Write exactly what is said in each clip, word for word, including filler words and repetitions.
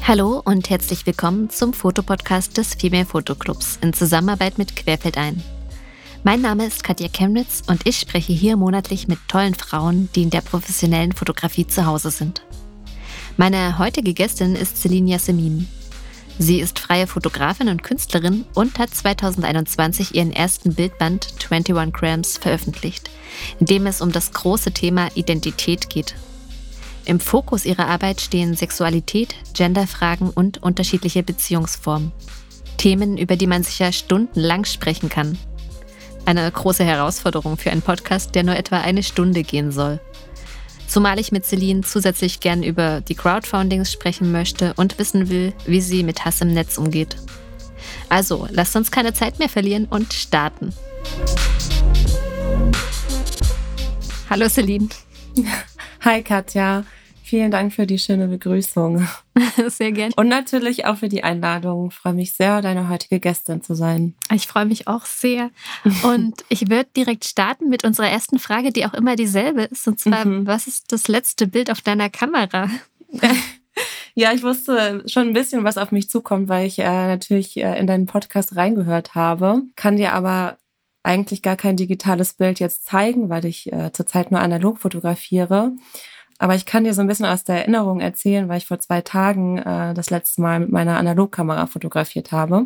Hallo und herzlich willkommen zum Fotopodcast des Female Photo Clubs in Zusammenarbeit mit Querfeld ein. Mein Name ist Katja Chemnitz und ich spreche hier monatlich mit tollen Frauen, die in der professionellen Fotografie zu Hause sind. Meine heutige Gästin ist Celine Yasemin. Sie ist freie Fotografin und Künstlerin und hat zweitausendeinundzwanzig ihren ersten Bildband einundzwanzig Grams veröffentlicht, in dem es um das große Thema Identität geht. Im Fokus ihrer Arbeit stehen Sexualität, Genderfragen und unterschiedliche Beziehungsformen. Themen, über die man sicher stundenlang sprechen kann. Eine große Herausforderung für einen Podcast, der nur etwa eine Stunde gehen soll. Zumal ich mit Celine zusätzlich gern über die Crowdfundings sprechen möchte und wissen will, wie sie mit Hass im Netz umgeht. Also, lasst uns keine Zeit mehr verlieren und starten. Hallo Celine. Hi Katja, vielen Dank für die schöne Begrüßung. Sehr gern. Und natürlich auch für die Einladung. Ich freue mich sehr, deine heutige Gästin zu sein. Ich freue mich auch sehr. Und ich würde direkt starten mit unserer ersten Frage, die auch immer dieselbe ist. Und zwar, mhm. was ist das letzte Bild auf deiner Kamera? Ja, ich wusste schon ein bisschen, was auf mich zukommt, weil ich äh, natürlich äh, in deinen Podcast reingehört habe. Kann dir aber eigentlich gar kein digitales Bild jetzt zeigen, weil ich äh, zurzeit nur analog fotografiere. Aber ich kann dir so ein bisschen aus der Erinnerung erzählen, weil ich vor zwei Tagen äh, das letzte Mal mit meiner Analogkamera fotografiert habe.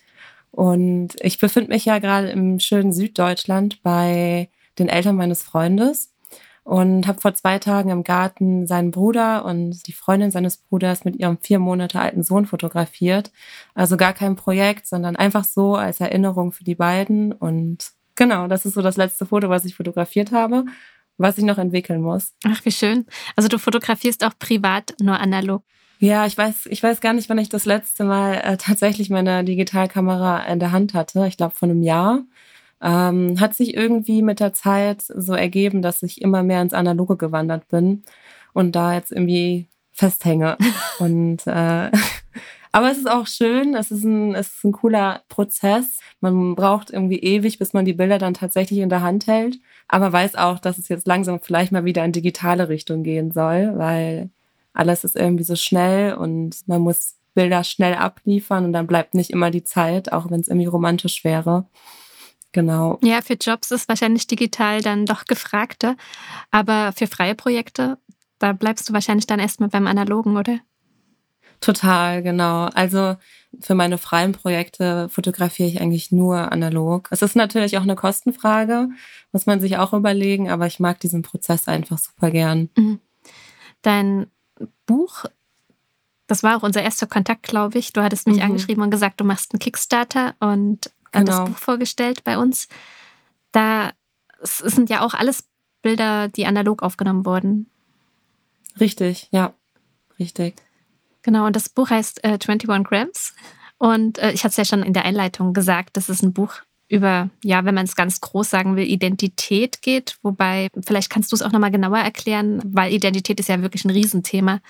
Und ich befinde mich ja gerade im schönen Süddeutschland bei den Eltern meines Freundes und habe vor zwei Tagen im Garten seinen Bruder und die Freundin seines Bruders mit ihrem vier Monate alten Sohn fotografiert. Also gar kein Projekt, sondern einfach so als Erinnerung für die beiden. Und genau, das ist so das letzte Foto, was ich fotografiert habe, was ich noch entwickeln muss. Ach, wie schön. Also du fotografierst auch privat nur analog? Ja, ich weiß, ich weiß gar nicht, wann ich das letzte Mal äh, tatsächlich meine Digitalkamera in der Hand hatte. Ich glaube, vor einem Jahr. Ähm, hat sich irgendwie mit der Zeit so ergeben, dass ich immer mehr ins Analoge gewandert bin und da jetzt irgendwie festhänge. und äh, aber es ist auch schön, es ist ein, es ist ein cooler Prozess. Man braucht irgendwie ewig, bis man die Bilder dann tatsächlich in der Hand hält. Aber weiß auch, dass es jetzt langsam vielleicht mal wieder in digitale Richtung gehen soll, weil alles ist irgendwie so schnell und man muss Bilder schnell abliefern und dann bleibt nicht immer die Zeit, auch wenn es irgendwie romantisch wäre. Genau. Ja, für Jobs ist wahrscheinlich digital dann doch gefragter. Aber für freie Projekte, da bleibst du wahrscheinlich dann erstmal beim Analogen, oder? Total, genau. Also für meine freien Projekte fotografiere ich eigentlich nur analog. Es ist natürlich auch eine Kostenfrage, muss man sich auch überlegen, aber ich mag diesen Prozess einfach super gern. Dein Buch, das war auch unser erster Kontakt, glaube ich. Du hattest mich mhm. angeschrieben und gesagt, du machst einen Kickstarter und genau. das Buch vorgestellt bei uns. Da es sind ja auch alles Bilder, die analog aufgenommen wurden. Richtig, ja, richtig. Genau, und das Buch heißt äh, einundzwanzig Grams. Und äh, ich hatte es ja schon in der Einleitung gesagt, dass es ein Buch über, ja, wenn man es ganz groß sagen will, Identität geht. Wobei, vielleicht kannst du es auch nochmal genauer erklären, weil Identität ist ja wirklich ein Riesenthema.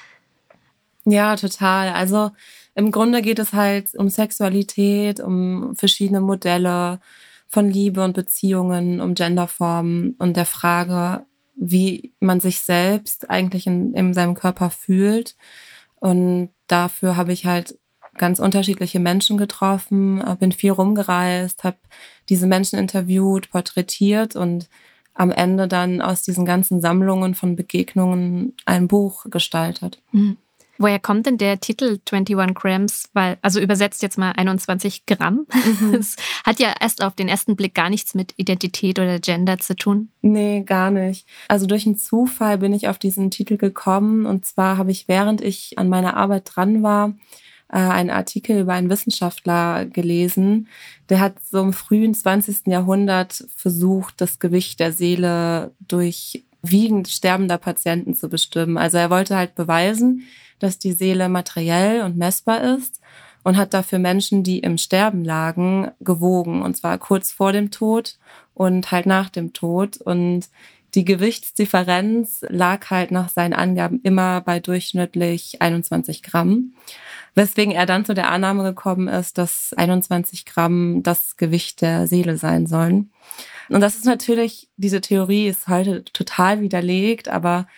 Ja, total. Also im Grunde geht es halt um Sexualität, um verschiedene Modelle von Liebe und Beziehungen, um Genderformen und der Frage, wie man sich selbst eigentlich in, in seinem Körper fühlt. Und dafür habe ich halt ganz unterschiedliche Menschen getroffen, bin viel rumgereist, habe diese Menschen interviewt, porträtiert und am Ende dann aus diesen ganzen Sammlungen von Begegnungen ein Buch gestaltet. Mhm. Woher kommt denn der Titel einundzwanzig Grams? Weil, also übersetzt jetzt mal einundzwanzig Gramm. Mhm. Es hat ja erst auf den ersten Blick gar nichts mit Identität oder Gender zu tun. Nee, gar nicht. Also durch einen Zufall bin ich auf diesen Titel gekommen. Und zwar habe ich, während ich an meiner Arbeit dran war, einen Artikel über einen Wissenschaftler gelesen. Der hat so im frühen zwanzigsten Jahrhundert versucht, das Gewicht der Seele durch Wiegen sterbender Patienten zu bestimmen. Also er wollte halt beweisen, dass die Seele materiell und messbar ist und hat dafür Menschen, die im Sterben lagen, gewogen. Und zwar kurz vor dem Tod und halt nach dem Tod. Und die Gewichtsdifferenz lag halt nach seinen Angaben immer bei durchschnittlich einundzwanzig Gramm. Weswegen er dann zu der Annahme gekommen ist, dass einundzwanzig Gramm das Gewicht der Seele sein sollen. Und das ist natürlich, diese Theorie ist heute total widerlegt, aber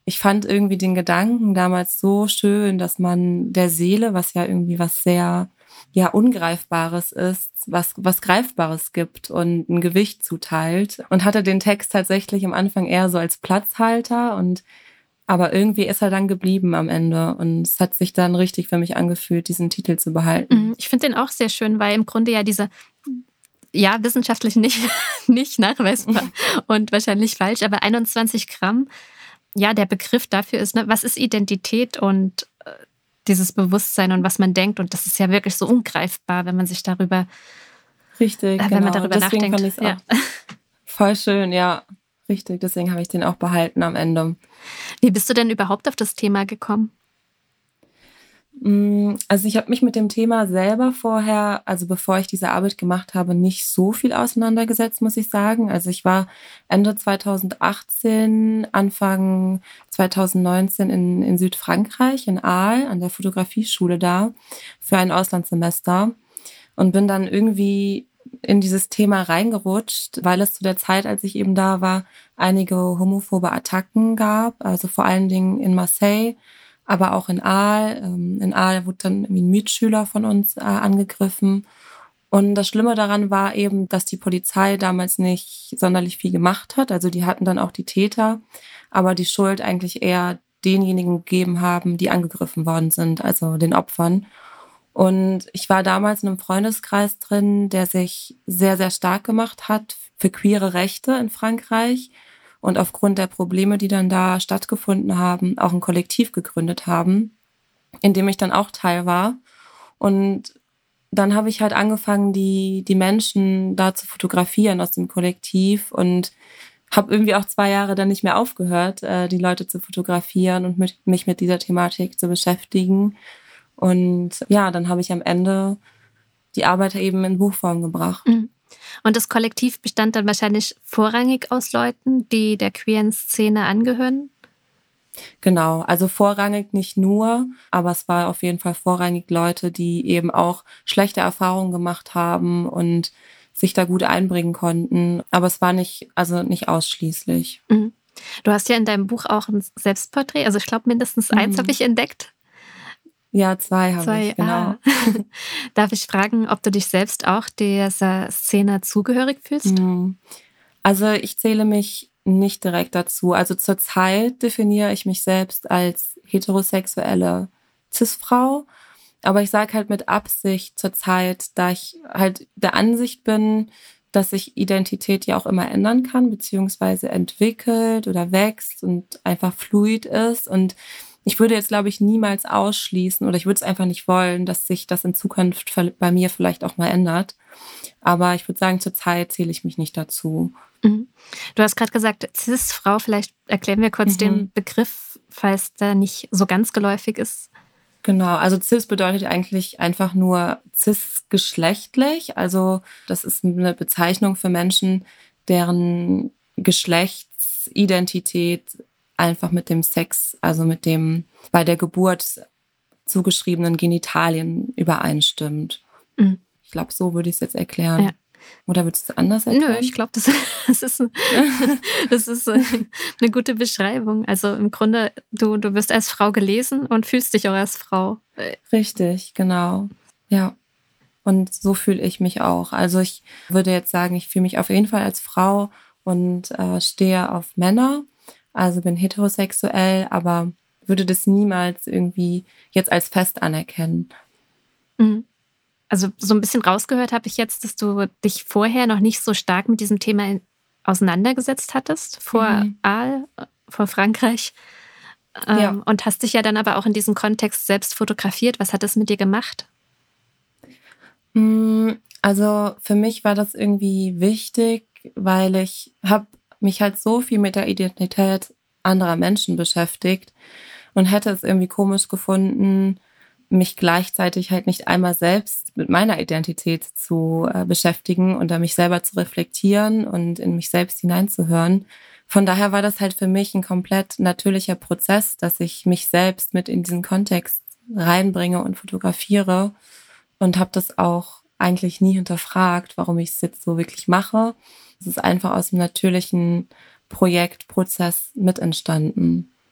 ich fand irgendwie den Gedanken damals so schön, dass man der Seele, was ja irgendwie was sehr ja Ungreifbares ist, was was Greifbares gibt und ein Gewicht zuteilt, und hatte den Text tatsächlich am Anfang eher so als Platzhalter, und aber irgendwie ist er dann geblieben am Ende, und es hat sich dann richtig für mich angefühlt, diesen Titel zu behalten. Ich finde den auch sehr schön, weil im Grunde ja diese, ja, wissenschaftlich nicht, nicht nachweisbar und wahrscheinlich falsch, aber einundzwanzig Gramm, ja, der Begriff dafür ist, ne, was ist Identität und äh, dieses Bewusstsein und was man denkt, und das ist ja wirklich so ungreifbar, wenn man sich darüber, Richtig, äh, wenn genau. man darüber Deswegen nachdenkt. fand ich es Ja. auch voll schön, ja. Richtig, deswegen habe ich den auch behalten am Ende. Wie bist du denn überhaupt auf das Thema gekommen? Also ich habe mich mit dem Thema selber vorher, also bevor ich diese Arbeit gemacht habe, nicht so viel auseinandergesetzt, muss ich sagen. Also ich war Ende zweitausendachtzehn, Anfang zweitausendneunzehn in, in Südfrankreich, in Arles, an der Fotografieschule da, für ein Auslandssemester, und bin dann irgendwie in dieses Thema reingerutscht, weil es zu der Zeit, als ich eben da war, einige homophobe Attacken gab, also vor allen Dingen in Marseille, aber auch in Aal. In Aal wurde dann irgendwie ein Mitschüler von uns äh, angegriffen. Und das Schlimme daran war eben, dass die Polizei damals nicht sonderlich viel gemacht hat. Also die hatten dann auch die Täter, aber die Schuld eigentlich eher denjenigen gegeben haben, die angegriffen worden sind, also den Opfern. Und ich war damals in einem Freundeskreis drin, der sich sehr, sehr stark gemacht hat für queere Rechte in Frankreich, und aufgrund der Probleme, die dann da stattgefunden haben, auch ein Kollektiv gegründet haben, in dem ich dann auch Teil war. Und dann habe ich halt angefangen, die die Menschen da zu fotografieren aus dem Kollektiv, und habe irgendwie auch zwei Jahre dann nicht mehr aufgehört, die Leute zu fotografieren und mich mit dieser Thematik zu beschäftigen. Und ja, dann habe ich am Ende die Arbeit eben in Buchform gebracht. Mhm. Und das Kollektiv bestand dann wahrscheinlich vorrangig aus Leuten, die der queeren Szene angehören? Genau, also vorrangig nicht nur, aber es war auf jeden Fall vorrangig Leute, die eben auch schlechte Erfahrungen gemacht haben und sich da gut einbringen konnten. Aber es war nicht, also nicht ausschließlich. Mhm. Du hast ja in deinem Buch auch ein Selbstporträt, also ich glaube mindestens eins mhm. habe ich entdeckt. Ja, zwei habe zwei, ich, genau. Ah. Darf ich fragen, ob du dich selbst auch dieser Szene zugehörig fühlst? Also ich zähle mich nicht direkt dazu. Also zurzeit definiere ich mich selbst als heterosexuelle Cis-Frau. Aber ich sage halt mit Absicht zurzeit, da ich halt der Ansicht bin, dass sich Identität ja auch immer ändern kann, beziehungsweise entwickelt oder wächst und einfach fluid ist. Und ich würde jetzt, glaube ich, niemals ausschließen, oder ich würde es einfach nicht wollen, dass sich das in Zukunft bei mir vielleicht auch mal ändert. Aber ich würde sagen, zurzeit zähle ich mich nicht dazu. Mhm. Du hast gerade gesagt, Cis-Frau, vielleicht erklären wir kurz mhm. den Begriff, falls der nicht so ganz geläufig ist. Genau, also Cis bedeutet eigentlich einfach nur cis-geschlechtlich. Also das ist eine Bezeichnung für Menschen, deren Geschlechtsidentität einfach mit dem Sex, also mit dem bei der Geburt zugeschriebenen Genitalien übereinstimmt. Mhm. Ich glaube, so würde ich es jetzt erklären. Ja. Oder würdest du es anders erklären? Nö, ich glaube, das, das ist, das ist eine gute Beschreibung. Also im Grunde, du, du wirst als Frau gelesen und fühlst dich auch als Frau. Richtig, genau. Ja. Und so fühle ich mich auch. Also ich würde jetzt sagen, ich fühle mich auf jeden Fall als Frau und äh, stehe auf Männer. Also bin heterosexuell, aber würde das niemals irgendwie jetzt als fest anerkennen. Mhm. Also so ein bisschen rausgehört habe ich jetzt, dass du dich vorher noch nicht so stark mit diesem Thema auseinandergesetzt hattest, vor mhm. Aal, vor Frankreich. Ähm, ja. Und hast dich ja dann aber auch in diesem Kontext selbst fotografiert. Was hat das mit dir gemacht? Also für mich war das irgendwie wichtig, weil ich habe mich halt so viel mit der Identität anderer Menschen beschäftigt und hätte es irgendwie komisch gefunden, mich gleichzeitig halt nicht einmal selbst mit meiner Identität zu äh, beschäftigen und da mich selber zu reflektieren und in mich selbst hineinzuhören. Von daher war das halt für mich ein komplett natürlicher Prozess, dass ich mich selbst mit in diesen Kontext reinbringe und fotografiere, und habe das auch eigentlich nie hinterfragt, warum ich es jetzt so wirklich mache. Es ist einfach aus dem natürlichen Projektprozess mit entstanden.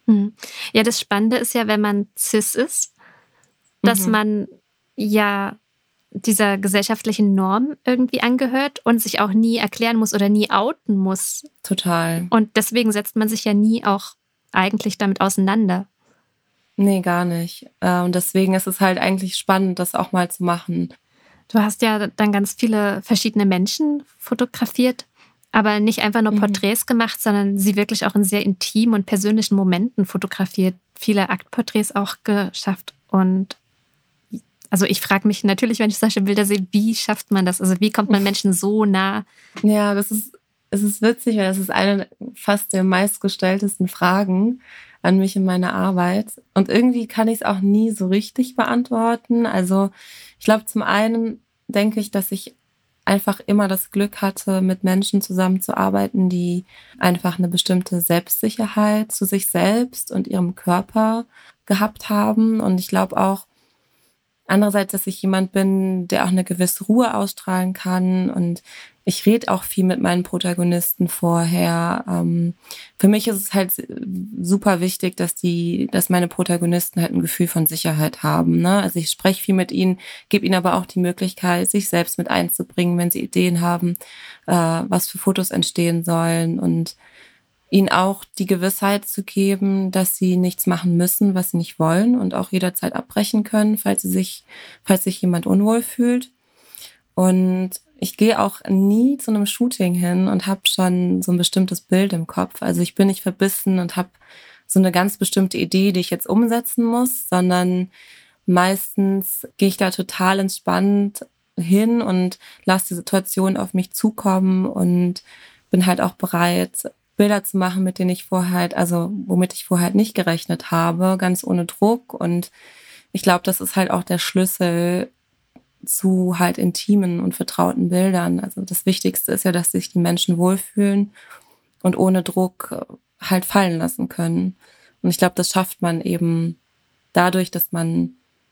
Mhm. Ja, das Spannende ist ja, wenn man cis ist, dass Mhm. man ja dieser gesellschaftlichen Norm irgendwie angehört und sich auch nie erklären muss oder nie outen muss. Total. Und deswegen setzt man sich ja nie auch eigentlich damit auseinander. Nee, gar nicht. Äh, Und deswegen ist es halt eigentlich spannend, das auch mal zu machen. Du hast ja dann ganz viele verschiedene Menschen fotografiert, aber nicht einfach nur Mhm. Porträts gemacht, sondern sie wirklich auch in sehr intimen und persönlichen Momenten fotografiert. Viele Aktporträts auch geschafft. Und also ich frage mich natürlich, wenn ich solche Bilder sehe, wie schafft man das? Also wie kommt man Menschen so nah? Ja, das ist, es ist witzig, weil das ist eine fast der meistgestelltesten Fragen an mich in meiner Arbeit. Und irgendwie kann ich es auch nie so richtig beantworten. Also ich glaube, zum einen denke ich, dass ich einfach immer das Glück hatte, mit Menschen zusammenzuarbeiten, die einfach eine bestimmte Selbstsicherheit zu sich selbst und ihrem Körper gehabt haben. Und ich glaube auch, andererseits, dass ich jemand bin, der auch eine gewisse Ruhe ausstrahlen kann, und ich rede auch viel mit meinen Protagonisten vorher. Ähm, für mich ist es halt super wichtig, dass die, dass meine Protagonisten halt ein Gefühl von Sicherheit haben, ne? Also ich spreche viel mit ihnen, gebe ihnen aber auch die Möglichkeit, sich selbst mit einzubringen, wenn sie Ideen haben, äh, was für Fotos entstehen sollen, und ihnen auch die Gewissheit zu geben, dass sie nichts machen müssen, was sie nicht wollen, und auch jederzeit abbrechen können, falls sie sich, falls sich jemand unwohl fühlt. Und ich gehe auch nie zu einem Shooting hin und habe schon so ein bestimmtes Bild im Kopf. Also ich bin nicht verbissen und habe so eine ganz bestimmte Idee, die ich jetzt umsetzen muss, sondern meistens gehe ich da total entspannt hin und lasse die Situation auf mich zukommen und bin halt auch bereit, Bilder zu machen, mit denen ich vorher halt, also womit ich vorher halt nicht gerechnet habe, ganz ohne Druck. Und ich glaube, das ist halt auch der Schlüssel zu halt intimen und vertrauten Bildern. Also das Wichtigste ist ja, dass sich die Menschen wohlfühlen und ohne Druck äh, halt fallen lassen können. Und ich glaube, das schafft man eben dadurch, dass man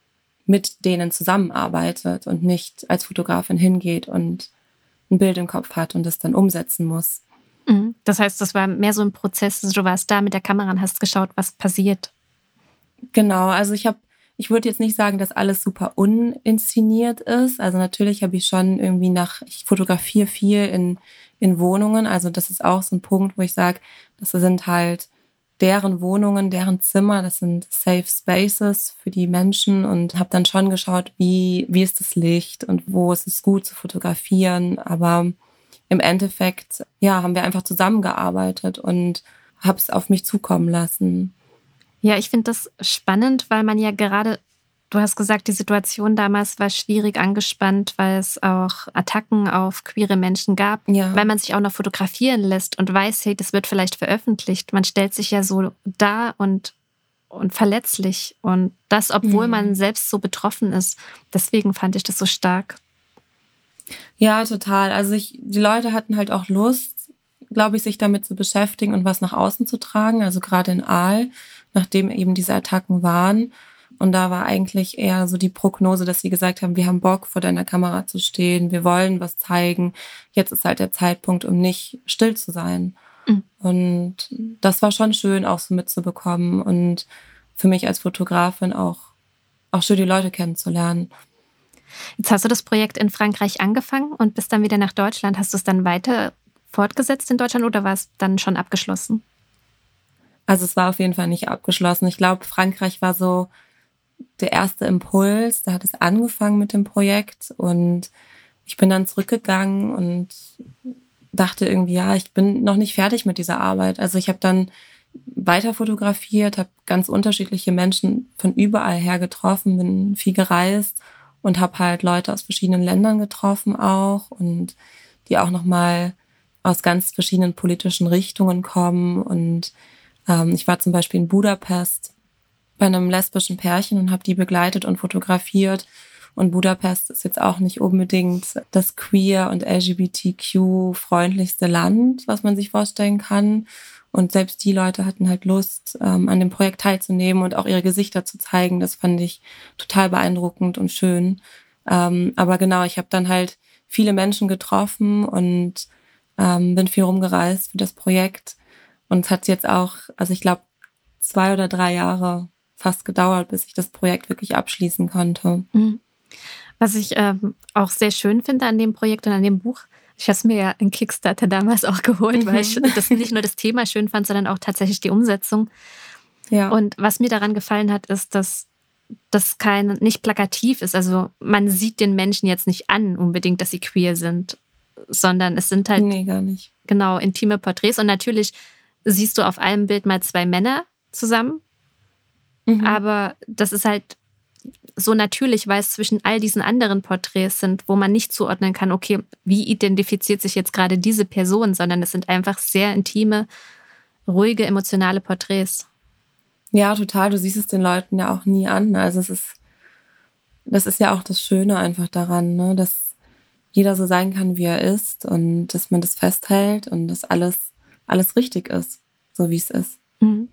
mit denen zusammenarbeitet und nicht als Fotografin hingeht und ein Bild im Kopf hat und es dann umsetzen muss. Mhm. Das heißt, das war mehr so ein Prozess. Also du warst da mit der Kamera und hast geschaut, was passiert. Genau, also ich habe, ich würde jetzt nicht sagen, dass alles super uninszeniert ist. Also natürlich habe ich schon irgendwie nach, ich fotografiere viel in, in Wohnungen. Also das ist auch so ein Punkt, wo ich sage, das sind halt deren Wohnungen, deren Zimmer, das sind Safe Spaces für die Menschen, und habe dann schon geschaut, wie, wie ist das Licht und wo ist es gut zu fotografieren. Aber im Endeffekt, ja, haben wir einfach zusammengearbeitet und habe es auf mich zukommen lassen. Ja, ich finde das spannend, weil man ja gerade, du hast gesagt, die Situation damals war schwierig angespannt, weil es auch Attacken auf queere Menschen gab, Ja. weil man sich auch noch fotografieren lässt und weiß, hey, das wird vielleicht veröffentlicht. Man stellt sich ja so dar und, und verletzlich, und das, obwohl Mhm. man selbst so betroffen ist. Deswegen fand ich das so stark. Ja, total. Also ich, die Leute hatten halt auch Lust, glaube ich, sich damit zu beschäftigen und was nach außen zu tragen. Also gerade in Aal, nachdem eben diese Attacken waren. Und da war eigentlich eher so die Prognose, dass sie gesagt haben, wir haben Bock, vor deiner Kamera zu stehen, wir wollen was zeigen. Jetzt ist halt der Zeitpunkt, um nicht still zu sein. Mhm. Und das war schon schön, auch so mitzubekommen. Und für mich als Fotografin auch, auch schön, die Leute kennenzulernen. Jetzt hast du das Projekt in Frankreich angefangen und bist dann wieder nach Deutschland. Hast du es dann weiter fortgesetzt in Deutschland oder war es dann schon abgeschlossen? Also es war auf jeden Fall nicht abgeschlossen. Ich glaube, Frankreich war so der erste Impuls. Da hat es angefangen mit dem Projekt, und ich bin dann zurückgegangen und dachte irgendwie, ja, ich bin noch nicht fertig mit dieser Arbeit. Also ich habe dann weiter fotografiert, habe ganz unterschiedliche Menschen von überall her getroffen, bin viel gereist und habe halt Leute aus verschiedenen Ländern getroffen auch, und die auch nochmal aus ganz verschiedenen politischen Richtungen kommen. Und ähm, ich war zum Beispiel in Budapest bei einem lesbischen Pärchen und habe die begleitet und fotografiert. Und Budapest ist jetzt auch nicht unbedingt das queer- und L G B T Q-freundlichste Land, was man sich vorstellen kann. Und selbst die Leute hatten halt Lust, ähm, an dem Projekt teilzunehmen und auch ihre Gesichter zu zeigen. Das fand ich total beeindruckend und schön. Ähm, aber genau, ich habe dann halt viele Menschen getroffen und ähm, bin viel rumgereist für das Projekt. Und es hat jetzt auch, also ich glaube, zwei oder drei Jahre fast gedauert, bis ich das Projekt wirklich abschließen konnte. Was ich ähm, auch sehr schön finde an dem Projekt und an dem Buch, ich habe es mir ja in Kickstarter damals auch geholt, mhm. weil ich das nicht nur das Thema schön fand, sondern auch tatsächlich die Umsetzung. Ja. Und was mir daran gefallen hat, ist, dass das kein, nicht plakativ ist. Also man sieht den Menschen jetzt nicht an unbedingt, dass sie queer sind, sondern es sind halt nee, gar nicht. Genau intime Porträts. Und natürlich siehst du auf einem Bild mal zwei Männer zusammen, mhm. aber das ist halt so natürlich, weil es zwischen all diesen anderen Porträts sind, wo man nicht zuordnen kann, okay, wie identifiziert sich jetzt gerade diese Person, sondern es sind einfach sehr intime, ruhige, emotionale Porträts. Ja, total. Du siehst es den Leuten ja auch nie an. Also es ist, das ist ja auch das Schöne einfach daran, ne? Dass jeder so sein kann, wie er ist und dass man das festhält und dass alles, alles richtig ist, so wie es ist. Mhm.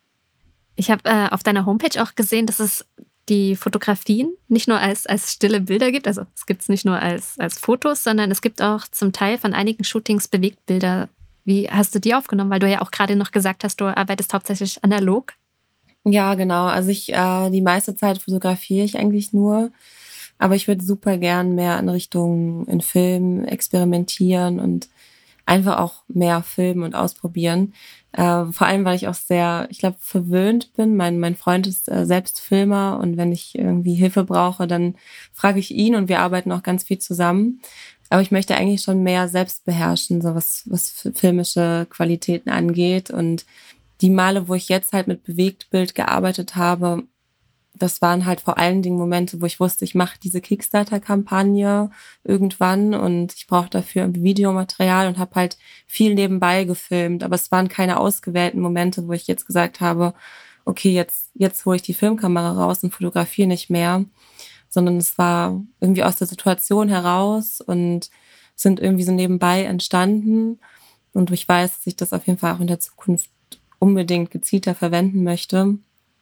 Ich habe äh, auf deiner Homepage auch gesehen, dass es die Fotografien nicht nur als, als stille Bilder gibt, also es gibt es nicht nur als, als Fotos, sondern es gibt auch zum Teil von einigen Shootings Bewegtbilder. Wie hast du die aufgenommen? Weil du ja auch gerade noch gesagt hast, du arbeitest hauptsächlich analog. Ja, genau. Also ich, äh, die meiste Zeit fotografiere ich eigentlich nur, aber ich würde super gern mehr in Richtung in Film experimentieren und einfach auch mehr filmen und ausprobieren. Äh, vor allem, weil ich auch sehr, ich glaube, verwöhnt bin. Mein, mein Freund ist äh, selbst Filmer und wenn ich irgendwie Hilfe brauche, dann frage ich ihn und wir arbeiten auch ganz viel zusammen. Aber ich möchte eigentlich schon mehr selbst beherrschen, so was, was filmische Qualitäten angeht. Und die Male, wo ich jetzt halt mit Bewegtbild gearbeitet habe, das waren halt vor allen Dingen Momente, wo ich wusste, ich mache diese Kickstarter-Kampagne irgendwann und ich brauche dafür Videomaterial und habe halt viel nebenbei gefilmt. Aber es waren keine ausgewählten Momente, wo ich jetzt gesagt habe, okay, jetzt, jetzt hole ich die Filmkamera raus und fotografiere nicht mehr, sondern es war irgendwie aus der Situation heraus und sind irgendwie so nebenbei entstanden. Und ich weiß, dass ich das auf jeden Fall auch in der Zukunft unbedingt gezielter verwenden möchte.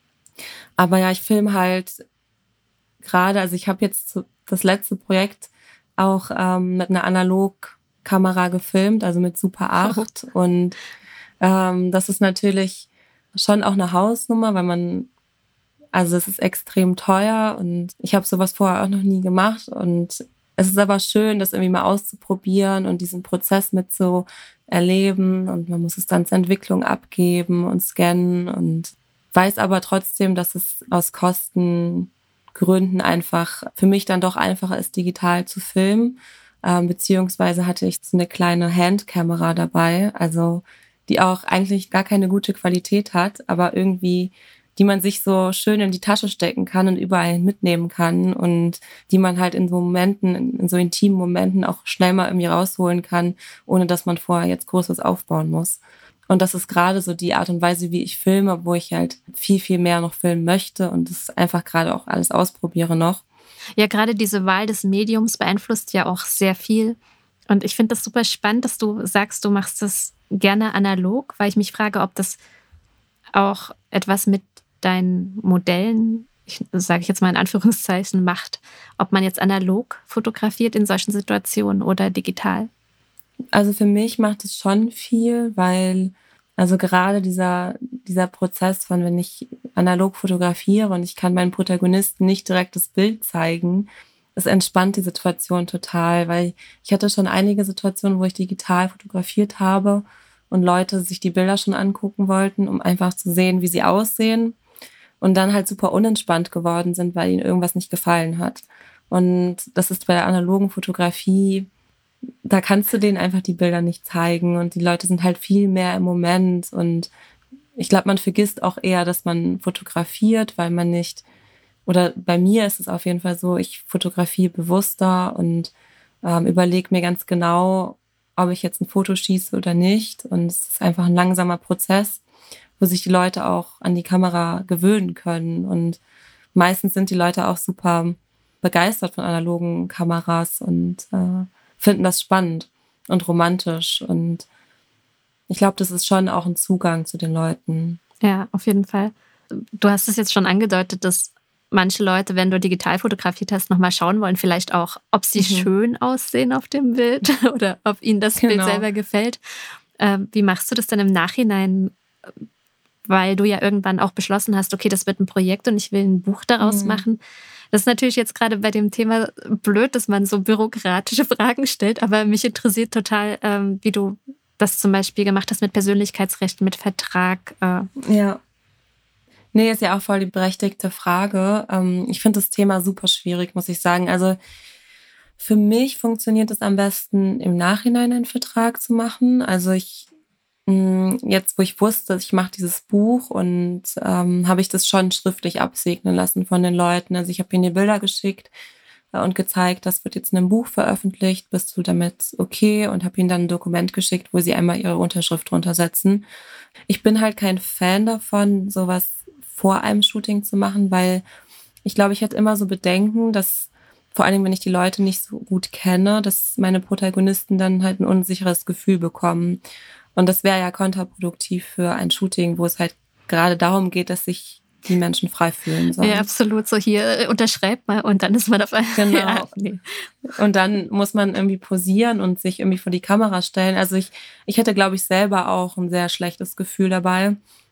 Aber ja, ich filme halt gerade, also ich habe jetzt das letzte Projekt auch ähm, mit einer Analogkamera gefilmt, also mit Super acht. Oh. Und ähm, das ist natürlich schon auch eine Hausnummer, weil man, also es ist extrem teuer und ich habe sowas vorher auch noch nie gemacht. Und es ist aber schön, das irgendwie mal auszuprobieren und diesen Prozess mit so erleben. Und man muss es dann zur Entwicklung abgeben und scannen und weiß aber trotzdem, dass es aus Kostengründen einfach für mich dann doch einfacher ist, digital zu filmen. Ähm, beziehungsweise hatte ich so eine kleine Handkamera dabei, also die auch eigentlich gar keine gute Qualität hat, aber irgendwie, die man sich so schön in die Tasche stecken kann und überall mitnehmen kann und die man halt in so Momenten, in so intimen Momenten auch schnell mal irgendwie rausholen kann, ohne dass man vorher jetzt Großes aufbauen muss. Und das ist gerade so die Art und Weise, wie ich filme, wo ich halt viel, viel mehr noch filmen möchte und das einfach gerade auch alles ausprobiere noch. Ja, gerade diese Wahl des Mediums beeinflusst ja auch sehr viel. Und ich finde das super spannend, dass du sagst, du machst das gerne analog, weil ich mich frage, ob das auch etwas mit deinen Modellen, ich sage ich jetzt mal in Anführungszeichen, macht. Ob man jetzt analog fotografiert in solchen Situationen oder digital. Also für mich macht es schon viel, weil also gerade dieser dieser Prozess von, wenn ich analog fotografiere und ich kann meinen Protagonisten nicht direkt das Bild zeigen, es entspannt die Situation total, weil ich hatte schon einige Situationen, wo ich digital fotografiert habe und Leute sich die Bilder schon angucken wollten, um einfach zu sehen, wie sie aussehen und dann halt super unentspannt geworden sind, weil ihnen irgendwas nicht gefallen hat. Und das ist bei der analogen Fotografie, da kannst du denen einfach die Bilder nicht zeigen und die Leute sind halt viel mehr im Moment und ich glaube, man vergisst auch eher, dass man fotografiert, weil man nicht, oder bei mir ist es auf jeden Fall so, ich fotografiere bewusster und ähm, überlege mir ganz genau, ob ich jetzt ein Foto schieße oder nicht und es ist einfach ein langsamer Prozess, wo sich die Leute auch an die Kamera gewöhnen können und meistens sind die Leute auch super begeistert von analogen Kameras und äh, finden das spannend und romantisch und ich glaube, das ist schon auch ein Zugang zu den Leuten. Ja, auf jeden Fall. Du hast es jetzt schon angedeutet, dass manche Leute, wenn du digital fotografiert hast, nochmal schauen wollen, vielleicht auch, ob sie mhm. schön aussehen auf dem Bild oder ob ihnen das genau. Bild selber gefällt. Äh, wie machst du das dann im Nachhinein? weil du ja irgendwann auch beschlossen hast, okay, das wird ein Projekt und ich will ein Buch daraus mhm. machen. Das ist natürlich jetzt gerade bei dem Thema blöd, dass man so bürokratische Fragen stellt, aber mich interessiert total, ähm, wie du das zum Beispiel gemacht hast mit Persönlichkeitsrechten, mit Vertrag. Äh. Ja. Nee, ist ja auch voll die berechtigte Frage. Ähm, ich finde das Thema super schwierig, muss ich sagen. Also für mich funktioniert es am besten, im Nachhinein einen Vertrag zu machen. Also ich Jetzt, wo ich wusste, ich mache dieses Buch und ähm, habe ich das schon schriftlich absegnen lassen von den Leuten. Also ich habe ihnen die Bilder geschickt äh, und gezeigt, das wird jetzt in einem Buch veröffentlicht, bist du damit okay? Und habe ihnen dann ein Dokument geschickt, wo sie einmal ihre Unterschrift drunter setzen. Ich bin halt kein Fan davon, sowas vor einem Shooting zu machen, weil ich glaube, ich hätte immer so Bedenken, dass vor allem, wenn ich die Leute nicht so gut kenne, dass meine Protagonisten dann halt ein unsicheres Gefühl bekommen. Und das wäre ja kontraproduktiv für ein Shooting, wo es halt gerade darum geht, dass sich die Menschen frei fühlen sollen. Ja, absolut. So hier, unterschreibt mal und dann ist man auf einmal... Genau. Ja, nee. Und dann muss man irgendwie posieren und sich irgendwie vor die Kamera stellen. Also ich, ich hätte, glaube ich, selber auch ein sehr schlechtes Gefühl dabei.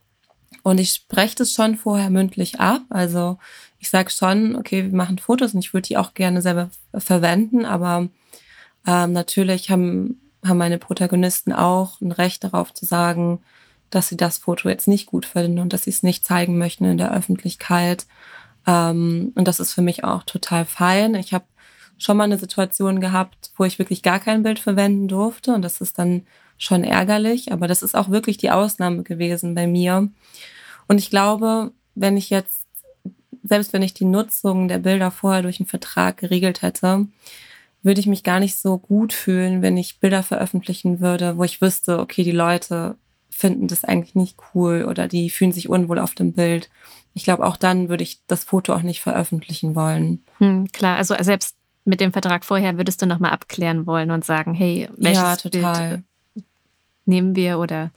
Und ich spreche das schon vorher mündlich ab. Also ich sage schon, okay, wir machen Fotos und ich würde die auch gerne selber verwenden. Aber ähm, natürlich haben... haben meine Protagonisten auch ein Recht darauf zu sagen, dass sie das Foto jetzt nicht gut finden und dass sie es nicht zeigen möchten in der Öffentlichkeit. Und das ist für mich auch total fein. Ich habe schon mal eine Situation gehabt, wo ich wirklich gar kein Bild verwenden durfte und das ist dann schon ärgerlich, aber das ist auch wirklich die Ausnahme gewesen bei mir. Und ich glaube, wenn ich jetzt, selbst wenn ich die Nutzung der Bilder vorher durch einen Vertrag geregelt hätte, würde ich mich gar nicht so gut fühlen, wenn ich Bilder veröffentlichen würde, wo ich wüsste, okay, die Leute finden das eigentlich nicht cool oder die fühlen sich unwohl auf dem Bild. Ich glaube, auch dann würde ich das Foto auch nicht veröffentlichen wollen. Hm, klar, also selbst mit dem Vertrag vorher würdest du nochmal abklären wollen und sagen, hey, welches ja, total. Bild nehmen wir oder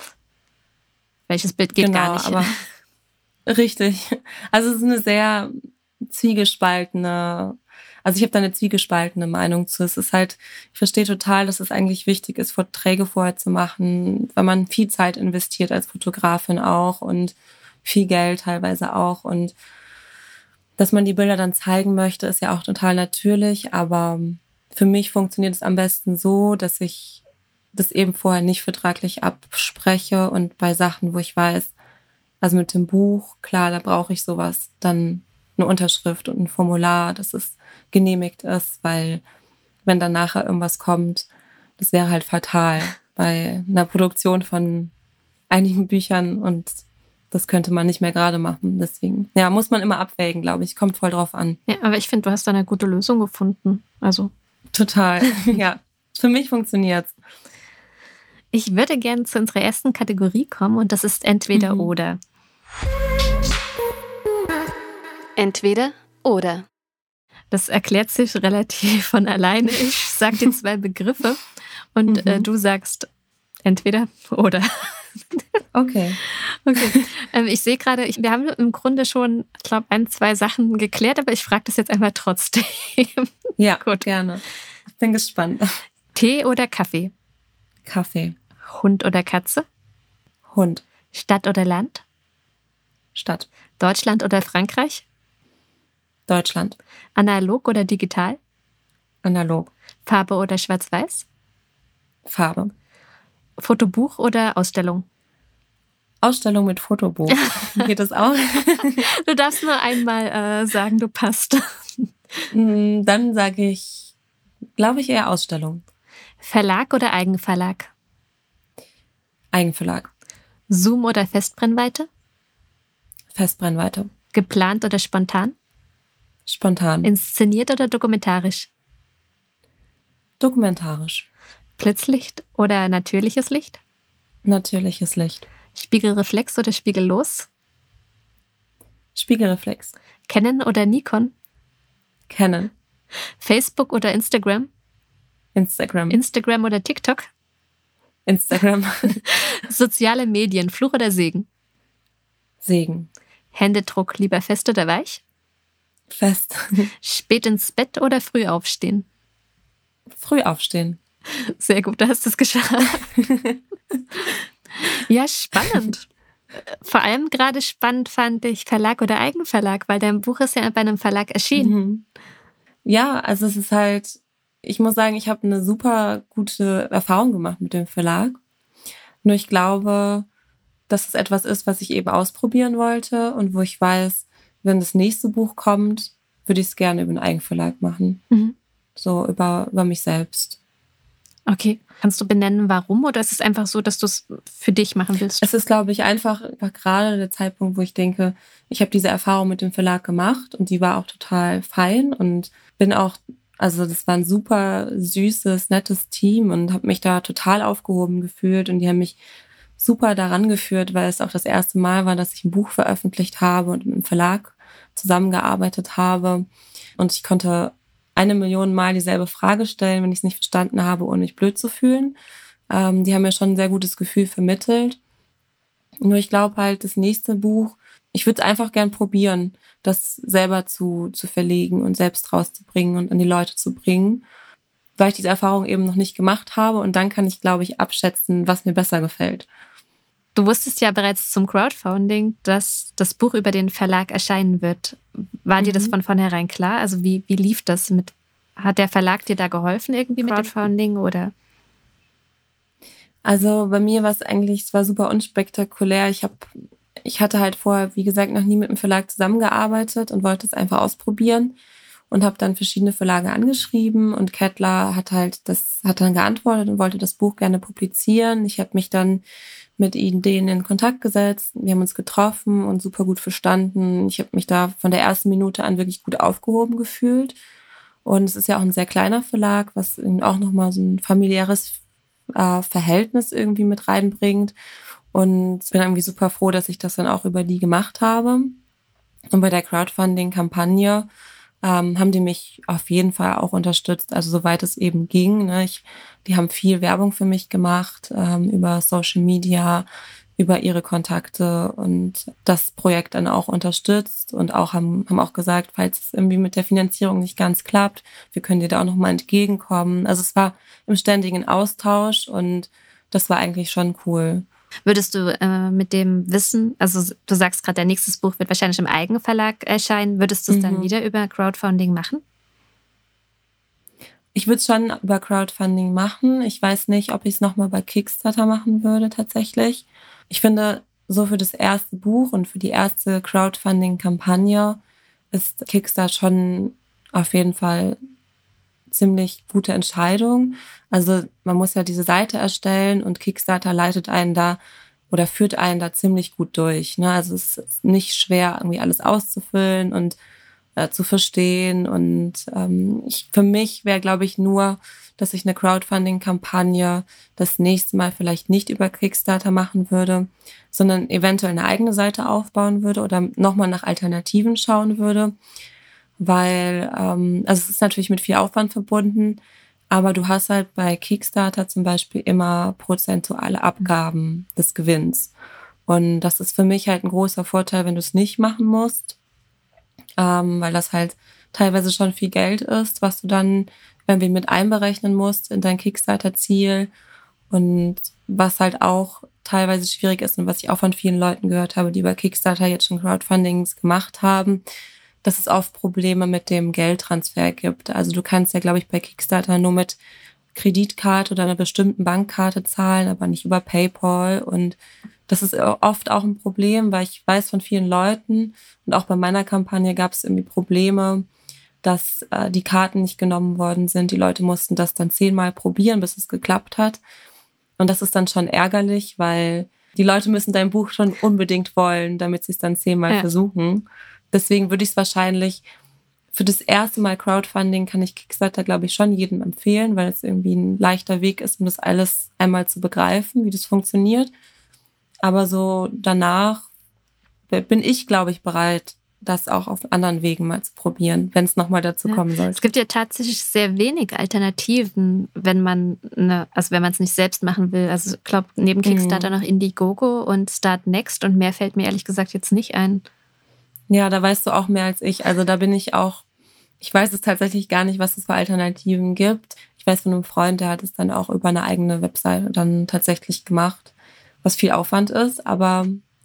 welches Bild geht genau, gar nicht. Aber richtig. Also es ist eine sehr zwiegespaltene Also ich habe da eine zwiegespaltene Meinung zu. Es ist halt, ich verstehe total, dass es eigentlich wichtig ist, Vorträge vorher zu machen, weil man viel Zeit investiert als Fotografin auch und viel Geld teilweise auch. Und dass man die Bilder dann zeigen möchte, ist ja auch total natürlich. Aber für mich funktioniert es am besten so, dass ich das eben vorher nicht vertraglich abspreche und bei Sachen, wo ich weiß, also mit dem Buch, klar, da brauche ich sowas, dann eine Unterschrift und ein Formular, dass es genehmigt ist, weil wenn dann nachher irgendwas kommt, das wäre halt fatal bei einer Produktion von einigen Büchern und das könnte man nicht mehr gerade machen. Deswegen, ja, muss man immer abwägen, glaube ich. Kommt voll drauf an. Ja, aber ich finde, du hast da eine gute Lösung gefunden. Also total, ja. Für mich funktioniert's. Ich würde gerne zu unserer ersten Kategorie kommen und das ist entweder mhm. oder. Entweder oder. Das erklärt sich relativ von alleine. Ich sage dir zwei Begriffe und mhm. äh, du sagst entweder oder. Okay. Okay. Ähm, ich sehe gerade, ich, wir haben im Grunde schon, ich glaube, ein, zwei Sachen geklärt, aber ich frage das jetzt einmal trotzdem. Ja, gut, gerne. Ich bin gespannt. Tee oder Kaffee? Kaffee. Hund oder Katze? Hund. Stadt oder Land? Stadt. Deutschland oder Frankreich? Deutschland. Analog oder digital? Analog. Farbe oder Schwarz-Weiß? Farbe. Fotobuch oder Ausstellung? Ausstellung mit Fotobuch. Geht das auch? Du darfst nur einmal äh, sagen, du passt. Dann sage ich, glaube ich, eher Ausstellung. Verlag oder Eigenverlag? Eigenverlag. Zoom oder Festbrennweite? Festbrennweite. Geplant oder spontan? Spontan. Inszeniert oder dokumentarisch? Dokumentarisch. Blitzlicht oder natürliches Licht? Natürliches Licht. Spiegelreflex oder spiegellos? Spiegelreflex. Canon oder Nikon? Canon. Facebook oder Instagram? Instagram. Instagram oder TikTok? Instagram. Soziale Medien, Fluch oder Segen? Segen. Händedruck, lieber fest oder weich? Fest. Spät ins Bett oder früh aufstehen? Früh aufstehen. Sehr gut, du hast es geschafft. Ja, spannend. Vor allem gerade spannend fand ich Verlag oder Eigenverlag, weil dein Buch ist ja bei einem Verlag erschienen. Mhm. Ja, also es ist halt, ich muss sagen, ich habe eine super gute Erfahrung gemacht mit dem Verlag. Nur ich glaube, dass es etwas ist, was ich eben ausprobieren wollte und wo ich weiß, wenn das nächste Buch kommt, würde ich es gerne über einen Eigenverlag machen. Mhm. So über, über mich selbst. Okay. Kannst du benennen, warum? Oder ist es einfach so, dass du es für dich machen willst? Es ist, glaube ich, einfach, einfach gerade der Zeitpunkt, wo ich denke, ich habe diese Erfahrung mit dem Verlag gemacht und die war auch total fein und bin auch, also das war ein super süßes, nettes Team und habe mich da total aufgehoben gefühlt und die haben mich super daran geführt, weil es auch das erste Mal war, dass ich ein Buch veröffentlicht habe und mit einem Verlag zusammengearbeitet habe. Und ich konnte eine Million Mal dieselbe Frage stellen, wenn ich es nicht verstanden habe, ohne mich blöd zu fühlen. Ähm, die haben mir schon ein sehr gutes Gefühl vermittelt. Nur ich glaube halt, das nächste Buch, ich würde es einfach gern probieren, das selber zu, zu verlegen und selbst rauszubringen und an die Leute zu bringen, weil ich diese Erfahrung eben noch nicht gemacht habe. Und dann kann ich, glaube ich, abschätzen, was mir besser gefällt. Du wusstest ja bereits zum Crowdfunding, dass das Buch über den Verlag erscheinen wird. War mhm. dir das von vornherein klar? Also wie, wie lief das mit? Hat der Verlag dir da geholfen irgendwie mit Crowdfunding oder? Also bei mir war es eigentlich, es war super unspektakulär. Ich habe, ich hatte halt vorher, wie gesagt, noch nie mit einem Verlag zusammengearbeitet und wollte es einfach ausprobieren und habe dann verschiedene Verlage angeschrieben und Kettler hat halt das, hat dann geantwortet und wollte das Buch gerne publizieren. Ich habe mich dann mit ihnen denen in Kontakt gesetzt. Wir haben uns getroffen und super gut verstanden. Ich habe mich da von der ersten Minute an wirklich gut aufgehoben gefühlt. Und es ist ja auch ein sehr kleiner Verlag, was auch nochmal so ein familiäres äh, Verhältnis irgendwie mit reinbringt. Und bin irgendwie super froh, dass ich das dann auch über die gemacht habe. Und bei der Crowdfunding-Kampagne ähm, haben die mich auf jeden Fall auch unterstützt, also soweit es eben ging. Ne? Ich, die haben viel Werbung für mich gemacht, ähm, über Social Media, über ihre Kontakte und das Projekt dann auch unterstützt und auch haben, haben auch gesagt, falls es irgendwie mit der Finanzierung nicht ganz klappt, wir können dir da auch nochmal entgegenkommen. Also es war im ständigen Austausch und das war eigentlich schon cool. Würdest du äh, mit dem Wissen, also du sagst gerade, dein nächstes Buch wird wahrscheinlich im Eigenverlag erscheinen, würdest du es mhm. dann wieder über Crowdfunding machen? Ich würde es schon über Crowdfunding machen. Ich weiß nicht, ob ich es nochmal bei Kickstarter machen würde tatsächlich. Ich finde, so für das erste Buch und für die erste Crowdfunding-Kampagne ist Kickstarter schon auf jeden Fall ziemlich gute Entscheidung. Also man muss ja diese Seite erstellen und Kickstarter leitet einen da oder führt einen da ziemlich gut durch. Ne? Also es ist nicht schwer, irgendwie alles auszufüllen und äh, zu verstehen. Und ähm, ich, für mich wäre, glaube ich, nur, dass ich eine Crowdfunding-Kampagne das nächste Mal vielleicht nicht über Kickstarter machen würde, sondern eventuell eine eigene Seite aufbauen würde oder nochmal nach Alternativen schauen würde. Weil, ähm, also es ist natürlich mit viel Aufwand verbunden, aber du hast halt bei Kickstarter zum Beispiel immer prozentuale Abgaben des Gewinns. Und das ist für mich halt ein großer Vorteil, wenn du es nicht machen musst, ähm, weil das halt teilweise schon viel Geld ist, was du dann irgendwie mit einberechnen musst in dein Kickstarter-Ziel und was halt auch teilweise schwierig ist und was ich auch von vielen Leuten gehört habe, die bei Kickstarter jetzt schon Crowdfundings gemacht haben, dass es oft Probleme mit dem Geldtransfer gibt. Also du kannst ja, glaube ich, bei Kickstarter nur mit Kreditkarte oder einer bestimmten Bankkarte zahlen, aber nicht über PayPal. Und das ist oft auch ein Problem, weil ich weiß von vielen Leuten und auch bei meiner Kampagne gab es irgendwie Probleme, dass äh, die Karten nicht genommen worden sind. Die Leute mussten das dann zehnmal probieren, bis es geklappt hat. Und das ist dann schon ärgerlich, weil die Leute müssen dein Buch schon unbedingt wollen, damit sie es dann zehnmal ja. versuchen. Deswegen würde ich es wahrscheinlich für das erste Mal Crowdfunding kann ich Kickstarter, glaube ich, schon jedem empfehlen, weil es irgendwie ein leichter Weg ist, um das alles einmal zu begreifen, wie das funktioniert. Aber so danach bin ich, glaube ich, bereit, das auch auf anderen Wegen mal zu probieren, wenn es nochmal dazu kommen sollte. Es gibt ja tatsächlich sehr wenig Alternativen, wenn man eine, also wenn man es nicht selbst machen will. Also ich glaube, neben Kickstarter mhm. noch Indiegogo und Start Next und mehr fällt mir ehrlich gesagt jetzt nicht ein. Ja, da weißt du auch mehr als ich. Also da bin ich auch, ich weiß es tatsächlich gar nicht, was es für Alternativen gibt. Ich weiß von einem Freund, der hat es dann auch über eine eigene Webseite dann tatsächlich gemacht, was viel Aufwand ist. Aber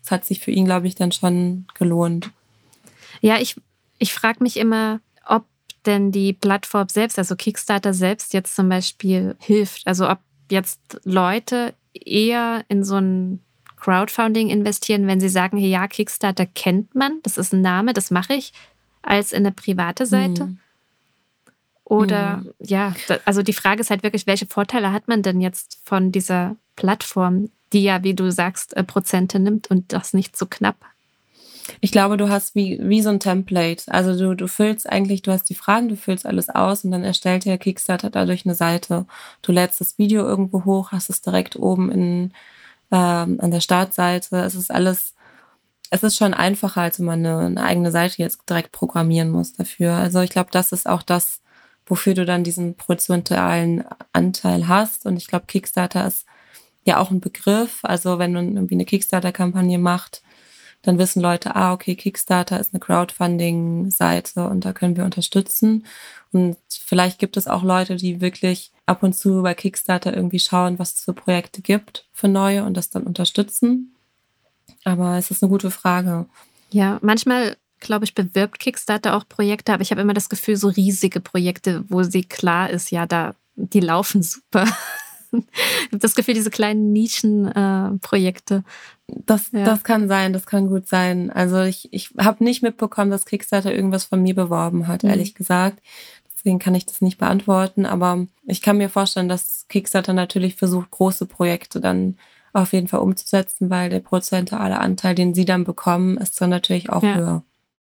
es hat sich für ihn, glaube ich, dann schon gelohnt. Ja, ich, ich frage mich immer, ob denn die Plattform selbst, also Kickstarter selbst jetzt zum Beispiel hilft. Also ob jetzt Leute eher in so ein Crowdfunding investieren, wenn sie sagen, hey, ja, Kickstarter kennt man, das ist ein Name, das mache ich, als in eine private Seite. Mhm. Oder mhm. ja, also die Frage ist halt wirklich, welche Vorteile hat man denn jetzt von dieser Plattform, die ja, wie du sagst, Prozente nimmt und das nicht so knapp? Ich glaube, du hast wie, wie so ein Template. Also du, du füllst eigentlich, du hast die Fragen, du füllst alles aus und dann erstellt dir Kickstarter dadurch eine Seite. Du lädst das Video irgendwo hoch, hast es direkt oben in, ähm, an der Startseite. Es ist alles, es ist schon einfacher, als wenn man eine, eine eigene Seite jetzt direkt programmieren muss dafür. Also ich glaube, das ist auch das, wofür du dann diesen prozentualen Anteil hast. Und ich glaube, Kickstarter ist ja auch ein Begriff. Also wenn man irgendwie eine Kickstarter-Kampagne macht, dann wissen Leute, ah, okay, Kickstarter ist eine Crowdfunding-Seite und da können wir unterstützen. Und vielleicht gibt es auch Leute, die wirklich ab und zu bei Kickstarter irgendwie schauen, was es für Projekte gibt für neue und das dann unterstützen. Aber es ist eine gute Frage. Ja, manchmal, glaube ich, bewirbt Kickstarter auch Projekte, aber ich habe immer das Gefühl, so riesige Projekte, wo sie klar ist, ja, da die laufen super. Ich habe das Gefühl, diese kleinen Nischenprojekte. Äh, das, ja. das kann sein, das kann gut sein. Also ich, ich habe nicht mitbekommen, dass Kickstarter irgendwas von mir beworben hat, mhm. ehrlich gesagt. Deswegen kann ich das nicht beantworten. Aber ich kann mir vorstellen, dass Kickstarter natürlich versucht, große Projekte dann auf jeden Fall umzusetzen, weil der prozentuale Anteil, den sie dann bekommen, ist dann natürlich auch ja. höher.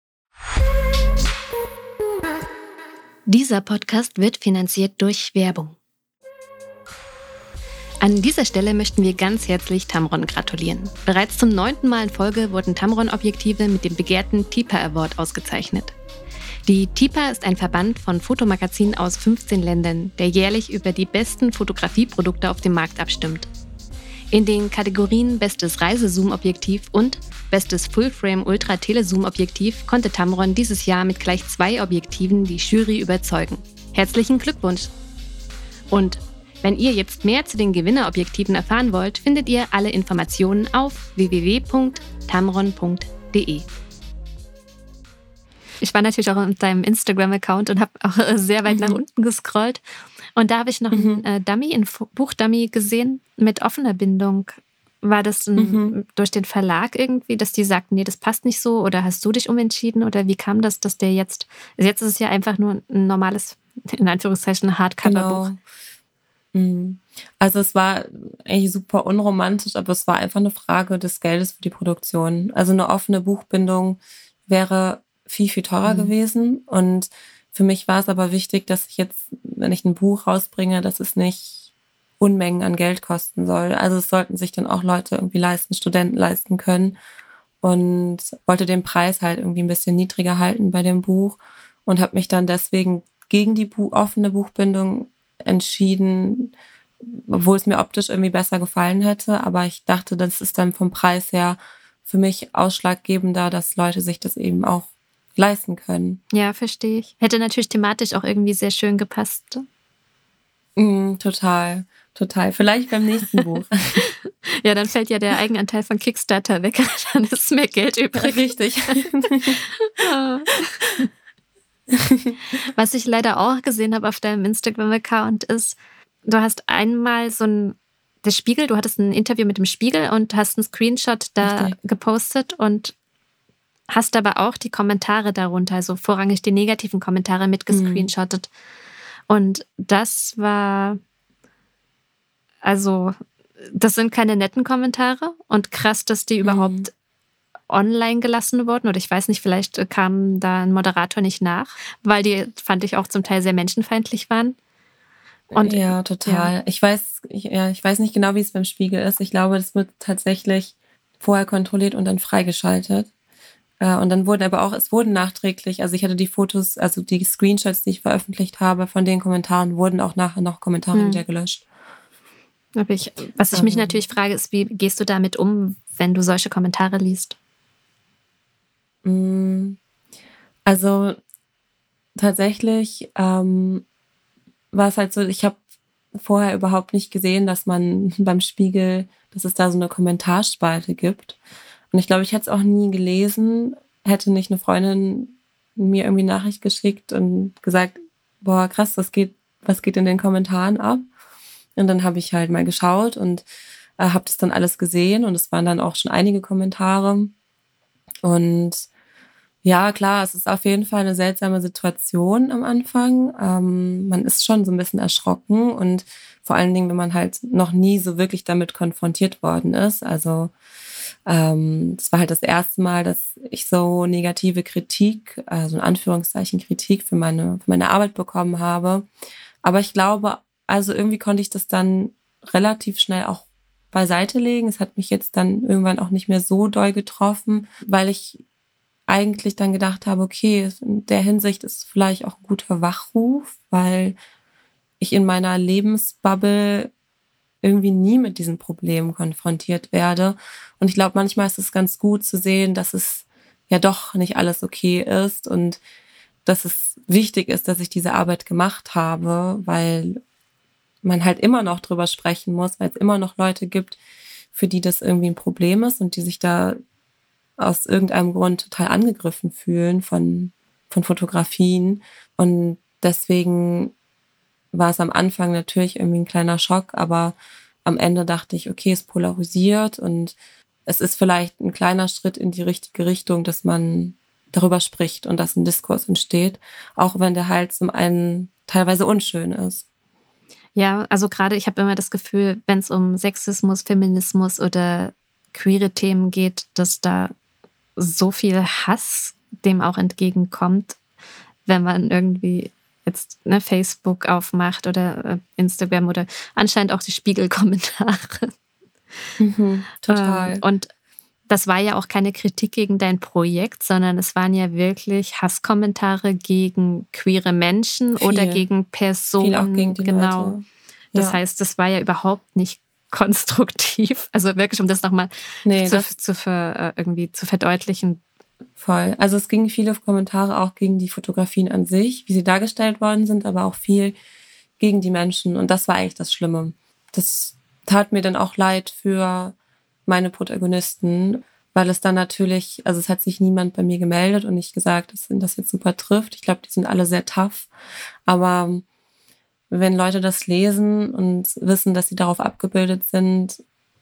Dieser Podcast wird finanziert durch Werbung. An dieser Stelle möchten wir ganz herzlich Tamron gratulieren. Bereits zum neunten Mal in Folge wurden Tamron-Objektive mit dem begehrten T I P A Award ausgezeichnet. Die T I P A ist ein Verband von Fotomagazinen aus fünfzehn Ländern, der jährlich über die besten Fotografieprodukte auf dem Markt abstimmt. In den Kategorien Bestes Reisezoom-Objektiv und Bestes Full-Frame-Ultra-Telezoom-Objektiv konnte Tamron dieses Jahr mit gleich zwei Objektiven die Jury überzeugen. Herzlichen Glückwunsch! Und wenn ihr jetzt mehr zu den Gewinnerobjektiven erfahren wollt, findet ihr alle Informationen auf w w w punkt tamron punkt d e. Ich war natürlich auch auf deinem Instagram-Account und habe auch sehr weit mhm. nach unten gescrollt. Und da habe ich noch mhm. einen äh, Dummy, einen Buchdummy gesehen mit offener Bindung. War das ein, mhm. durch den Verlag irgendwie, dass die sagten, nee, das passt nicht so? Oder hast du dich umentschieden? Oder wie kam das, dass der jetzt... Also jetzt ist es ja einfach nur ein normales, in Anführungszeichen, Hardcover-Buch. Genau. Also es war eigentlich super unromantisch, aber es war einfach eine Frage des Geldes für die Produktion. Also eine offene Buchbindung wäre viel, viel teurer mhm. gewesen. Und für mich war es aber wichtig, dass ich jetzt, wenn ich ein Buch rausbringe, dass es nicht Unmengen an Geld kosten soll. Also es sollten sich dann auch Leute irgendwie leisten, Studenten leisten können. Und wollte den Preis halt irgendwie ein bisschen niedriger halten bei dem Buch und habe mich dann deswegen gegen die Bu- offene Buchbindung entschieden, obwohl es mir optisch irgendwie besser gefallen hätte. Aber ich dachte, das ist dann vom Preis her für mich ausschlaggebender, dass Leute sich das eben auch leisten können. Ja, verstehe ich. Hätte natürlich thematisch auch irgendwie sehr schön gepasst. Mm, total, total. Vielleicht beim nächsten Buch. Ja, dann fällt ja der Eigenanteil von Kickstarter weg. Dann ist mehr Geld übrig. Richtig. Was ich leider auch gesehen habe auf deinem Instagram-Account ist, du hast einmal so ein, der Spiegel, du hattest ein Interview mit dem Spiegel und hast einen Screenshot da Richtig. gepostet und hast aber auch die Kommentare darunter, also vorrangig die negativen Kommentare mitgescreenshottet. Mhm. Und das war, also, das sind keine netten Kommentare und krass, dass die mhm. überhaupt online gelassen wurden. Oder ich weiß nicht, vielleicht kam da ein Moderator nicht nach, weil die, fand ich, auch zum Teil sehr menschenfeindlich waren. Und, ja, total. Ja. Ich weiß, ich, ja, ich weiß nicht genau, wie es beim Spiegel ist. Ich glaube, das wird tatsächlich vorher kontrolliert und dann freigeschaltet. Und dann wurden aber auch, es wurden nachträglich, also ich hatte die Fotos, also die Screenshots, die ich veröffentlicht habe, von den Kommentaren wurden auch nachher noch Kommentare hm. wieder gelöscht. Aber ich, was ich mich natürlich frage, ist, wie gehst du damit um, wenn du solche Kommentare liest? Also tatsächlich ähm, war es halt so, ich habe vorher überhaupt nicht gesehen, dass man beim Spiegel, dass es da so eine Kommentarspalte gibt. Und ich glaube, ich hätte es auch nie gelesen, hätte nicht eine Freundin mir irgendwie Nachricht geschickt und gesagt, boah, krass, was geht, was geht in den Kommentaren ab? Und dann habe ich halt mal geschaut und äh, habe das dann alles gesehen und es waren dann auch schon einige Kommentare. Und ja, klar, es ist auf jeden Fall eine seltsame Situation am Anfang. Ähm, man ist schon so ein bisschen erschrocken und vor allen Dingen, wenn man halt noch nie so wirklich damit konfrontiert worden ist. Also ähm, das war halt das erste Mal, dass ich so negative Kritik, also in Anführungszeichen Kritik für meine, für meine Arbeit bekommen habe. Aber ich glaube, also irgendwie konnte ich das dann relativ schnell auch beiseite legen. Es hat mich jetzt dann irgendwann auch nicht mehr so doll getroffen, weil ich eigentlich dann gedacht habe, okay, in der Hinsicht ist es vielleicht auch ein guter Wachruf, weil ich in meiner Lebensbubble irgendwie nie mit diesen Problemen konfrontiert werde. Und ich glaube, manchmal ist es ganz gut zu sehen, dass es ja doch nicht alles okay ist und dass es wichtig ist, dass ich diese Arbeit gemacht habe, weil man halt immer noch drüber sprechen muss, weil es immer noch Leute gibt, für die das irgendwie ein Problem ist und die sich da aus irgendeinem Grund total angegriffen fühlen von, von Fotografien. Und deswegen war es am Anfang natürlich irgendwie ein kleiner Schock, aber am Ende dachte ich, okay, es polarisiert und es ist vielleicht ein kleiner Schritt in die richtige Richtung, dass man darüber spricht und dass ein Diskurs entsteht, auch wenn der halt zum einen teilweise unschön ist. Ja, also gerade ich habe immer das Gefühl, wenn es um Sexismus, Feminismus oder queere Themen geht, dass da so viel Hass dem auch entgegenkommt, wenn man irgendwie jetzt ne, Facebook aufmacht oder äh, Instagram oder anscheinend auch die Spiegel-Kommentare. Mhm, total. Ähm, und das war ja auch keine Kritik gegen dein Projekt, sondern es waren ja wirklich Hasskommentare gegen queere Menschen Viel. oder gegen Personen. Viel auch gegen die genau. Leute. Das Ja. heißt, das war ja überhaupt nicht konstruktiv. Also wirklich, um das nochmal Nee, zu, das zu, ver, irgendwie zu verdeutlichen. voll. Also es gingen viele Kommentare auch gegen die Fotografien an sich, wie sie dargestellt worden sind, aber auch viel gegen die Menschen. Und das war eigentlich das Schlimme. Das tat mir dann auch leid für meine Protagonisten, weil es dann natürlich, also es hat sich niemand bei mir gemeldet und nicht gesagt, dass ihn das jetzt super trifft. Ich glaube, die sind alle sehr tough. Aber wenn Leute das lesen und wissen, dass sie darauf abgebildet sind,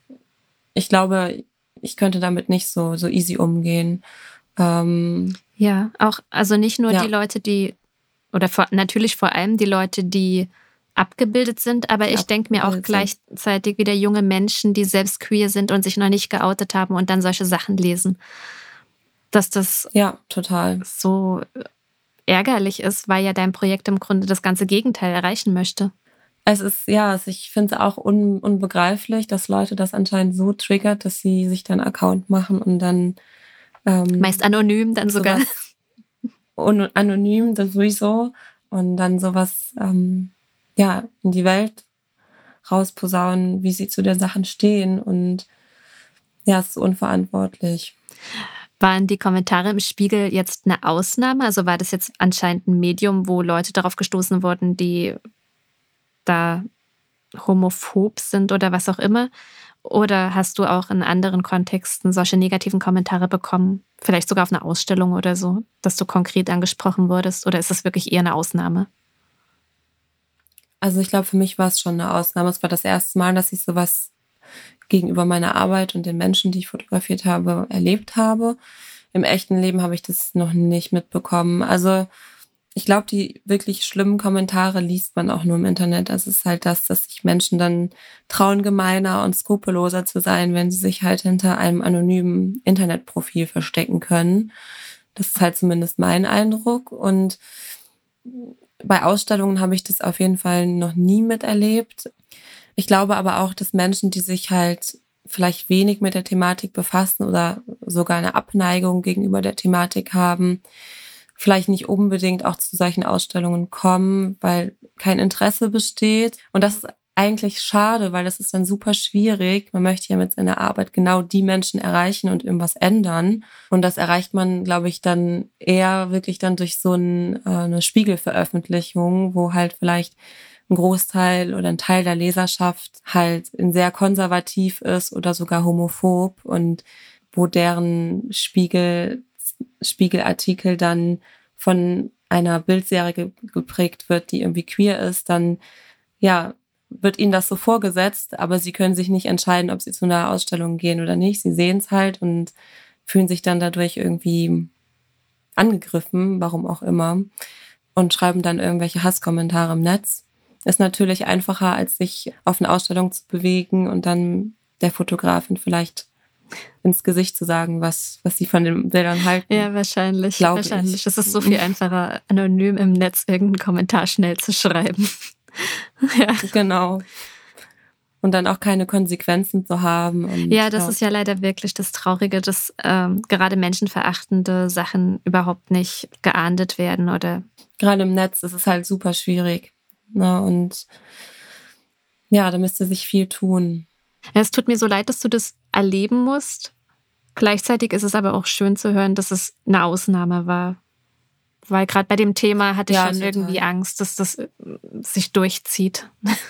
ich glaube, ich könnte damit nicht so, so easy umgehen. Ähm, Ja, auch, also nicht nur Ja. die Leute, die, oder vor, natürlich vor allem die Leute, die abgebildet sind, aber Die ich denke mir auch abgebildet sind. gleichzeitig wieder junge Menschen, die selbst queer sind und sich noch nicht geoutet haben und dann solche Sachen lesen. Dass das ja, total. so ärgerlich ist, weil ja dein Projekt im Grunde das ganze Gegenteil erreichen möchte. Es ist, ja, es- ich finde es auch un, unbegreiflich, dass Leute das anscheinend so triggert, dass sie sich dann einen Account machen und dann ähm, Meist anonym dann sogar. sowas un, anonym, das sowieso, und dann sowas ähm, ja, in die Welt rausposaunen, wie sie zu den Sachen stehen. Und ja, es ist unverantwortlich. Waren die Kommentare im Spiegel jetzt eine Ausnahme? Also war das jetzt anscheinend ein Medium, wo Leute darauf gestoßen wurden, die da homophob sind oder was auch immer? Oder hast du auch in anderen Kontexten solche negativen Kommentare bekommen? Vielleicht sogar auf einer Ausstellung oder so, dass du konkret angesprochen wurdest? Oder ist das wirklich eher eine Ausnahme? Also ich glaube, für mich war es schon eine Ausnahme. Es war das erste Mal, dass ich sowas gegenüber meiner Arbeit und den Menschen, die ich fotografiert habe, erlebt habe. Im echten Leben habe ich das noch nicht mitbekommen. Also ich glaube, die wirklich schlimmen Kommentare liest man auch nur im Internet. Das ist halt das, dass sich Menschen dann trauen, gemeiner und skrupelloser zu sein, wenn sie sich halt hinter einem anonymen Internetprofil verstecken können. Das ist halt zumindest mein Eindruck. Und bei Ausstellungen habe ich das auf jeden Fall noch nie miterlebt. Ich glaube aber auch, dass Menschen, die sich halt vielleicht wenig mit der Thematik befassen oder sogar eine Abneigung gegenüber der Thematik haben, vielleicht nicht unbedingt auch zu solchen Ausstellungen kommen, weil kein Interesse besteht. Und das ist eigentlich schade, weil das ist dann super schwierig. Man möchte ja mit seiner Arbeit genau die Menschen erreichen und irgendwas ändern. Und das erreicht man, glaube ich, dann eher wirklich dann durch so ein, äh, eine Spiegelveröffentlichung, wo halt vielleicht ein Großteil oder ein Teil der Leserschaft halt sehr konservativ ist oder sogar homophob. Und wo deren Spiegel, Spiegelartikel dann von einer Bildserie geprägt wird, die irgendwie queer ist, dann ja, wird ihnen das so vorgesetzt, aber sie können sich nicht entscheiden, ob sie zu einer Ausstellung gehen oder nicht. Sie sehen es halt und fühlen sich dann dadurch irgendwie angegriffen, warum auch immer, und schreiben dann irgendwelche Hasskommentare im Netz. Ist natürlich einfacher, als sich auf eine Ausstellung zu bewegen und dann der Fotografin vielleicht ins Gesicht zu sagen, was, was sie von den Bildern halten. Ja, wahrscheinlich. Wahrscheinlich. Es ist so viel einfacher, anonym im Netz irgendeinen Kommentar schnell zu schreiben. Ja. Genau. Und dann auch keine Konsequenzen zu haben. Und, ja, das ja. ist ja leider wirklich das Traurige, dass ähm, gerade menschenverachtende Sachen überhaupt nicht geahndet werden. Oder gerade im Netz ist es halt super schwierig. Ne? Und ja, da müsste sich viel tun. Ja, es tut mir so leid, dass du das erleben musst. Gleichzeitig ist es aber auch schön zu hören, dass es eine Ausnahme war. Weil gerade bei dem Thema hatte ich ja, schon total. irgendwie Angst, dass das sich durchzieht.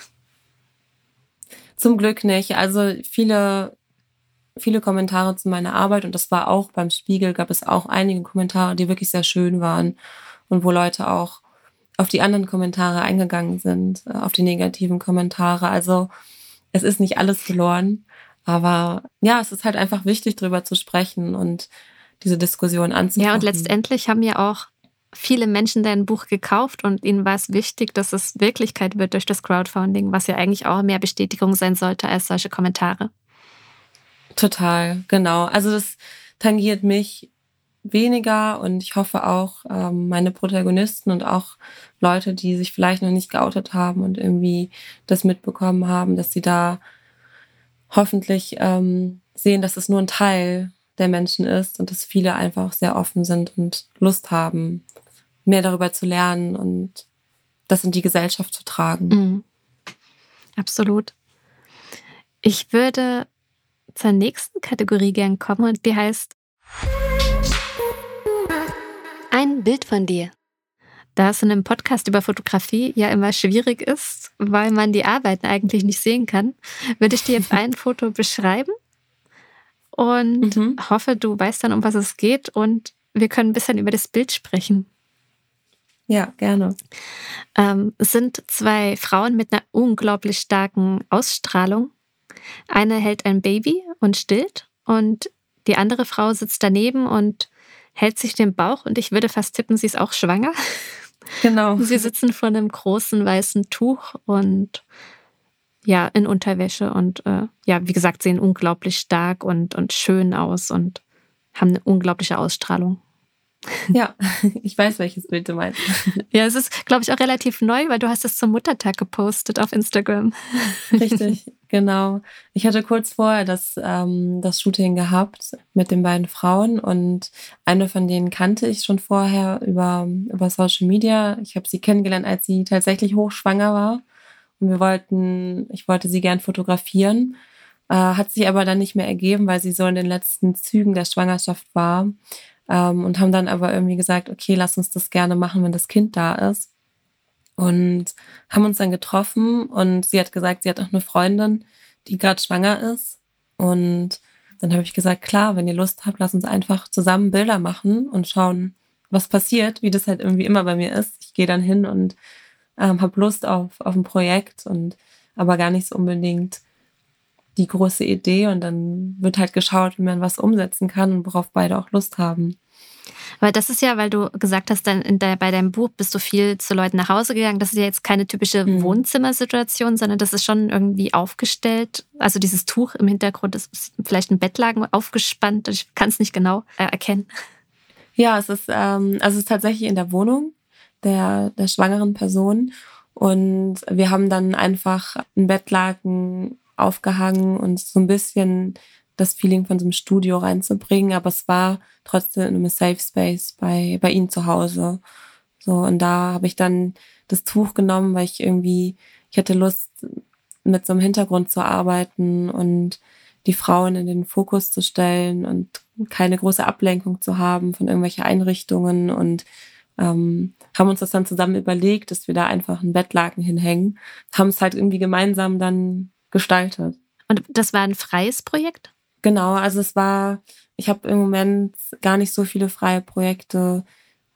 Zum Glück nicht. Also viele, viele Kommentare zu meiner Arbeit, und das war auch beim Spiegel, gab es auch einige Kommentare, die wirklich sehr schön waren und wo Leute auch auf die anderen Kommentare eingegangen sind, auf die negativen Kommentare. Also es ist nicht alles verloren, aber ja, es ist halt einfach wichtig, darüber zu sprechen und diese Diskussion anzufangen. Ja, und letztendlich haben ja auch viele Menschen dein Buch gekauft und ihnen war es wichtig, dass es Wirklichkeit wird durch das Crowdfunding, was ja eigentlich auch mehr Bestätigung sein sollte als solche Kommentare. Total, genau. Also das tangiert mich weniger und ich hoffe auch ähm, meine Protagonisten und auch Leute, die sich vielleicht noch nicht geoutet haben und irgendwie das mitbekommen haben, dass sie da hoffentlich ähm, sehen, dass es nur ein Teil der Menschen ist und dass viele einfach sehr offen sind und Lust haben, mehr darüber zu lernen und das in die Gesellschaft zu tragen. Mhm. Absolut. Ich würde zur nächsten Kategorie gern kommen und die heißt Ein Bild von dir. Da es in einem Podcast über Fotografie ja immer schwierig ist, weil man die Arbeiten eigentlich nicht sehen kann, würde ich dir jetzt ein Foto beschreiben und mhm. hoffe, du weißt dann, um was es geht und wir können ein bisschen über das Bild sprechen. Ja, gerne. Ähm, es sind zwei Frauen mit einer unglaublich starken Ausstrahlung. Eine hält ein Baby und stillt und die andere Frau sitzt daneben und hält sich den Bauch und ich würde fast tippen, sie ist auch schwanger. Genau. Sie sitzen vor einem großen weißen Tuch und ja, in Unterwäsche und äh, ja, wie gesagt, sehen unglaublich stark und, und schön aus und haben eine unglaubliche Ausstrahlung. Ja, ich weiß, welches Bild du meinst. Ja, es ist, glaube ich, auch relativ neu, weil du hast es zum Muttertag gepostet auf Instagram. Richtig, genau. Ich hatte kurz vorher das, ähm, das Shooting gehabt mit den beiden Frauen und eine von denen kannte ich schon vorher über, über Social Media. Ich habe sie kennengelernt, als sie tatsächlich hochschwanger war und wir wollten, ich wollte sie gern fotografieren. Äh, hat sich aber dann nicht mehr ergeben, weil sie so in den letzten Zügen der Schwangerschaft war. Um, und haben dann aber irgendwie gesagt, okay, lass uns das gerne machen, wenn das Kind da ist. Und haben uns dann getroffen und sie hat gesagt, sie hat auch eine Freundin, die gerade schwanger ist. Und dann habe ich gesagt, klar, wenn ihr Lust habt, lass uns einfach zusammen Bilder machen und schauen, was passiert, wie das halt irgendwie immer bei mir ist. Ich gehe dann hin und ähm, habe Lust auf, auf ein Projekt und aber gar nicht so unbedingt die große Idee und dann wird halt geschaut, wie man was umsetzen kann und worauf beide auch Lust haben. Aber das ist ja, weil du gesagt hast, dann in der, bei deinem Buch bist du viel zu Leuten nach Hause gegangen. Das ist ja jetzt keine typische mhm. Wohnzimmersituation, sondern das ist schon irgendwie aufgestellt. Also dieses Tuch im Hintergrund ist vielleicht ein Bettlaken aufgespannt. Ich kann es nicht genau äh, erkennen. Ja, es ist, ähm, also es ist tatsächlich in der Wohnung der, der schwangeren Person und wir haben dann einfach ein Bettlaken aufgehangen und so ein bisschen das Feeling von so einem Studio reinzubringen, aber es war trotzdem in einem Safe Space bei bei ihnen zu Hause. So, und da habe ich dann das Tuch genommen, weil ich irgendwie, ich hatte Lust, mit so einem Hintergrund zu arbeiten und die Frauen in den Fokus zu stellen und keine große Ablenkung zu haben von irgendwelchen Einrichtungen und ähm, haben uns das dann zusammen überlegt, dass wir da einfach einen Bettlaken hinhängen, haben es halt irgendwie gemeinsam dann gestaltet. Und das war ein freies Projekt? Genau, also es war, ich habe im Moment gar nicht so viele freie Projekte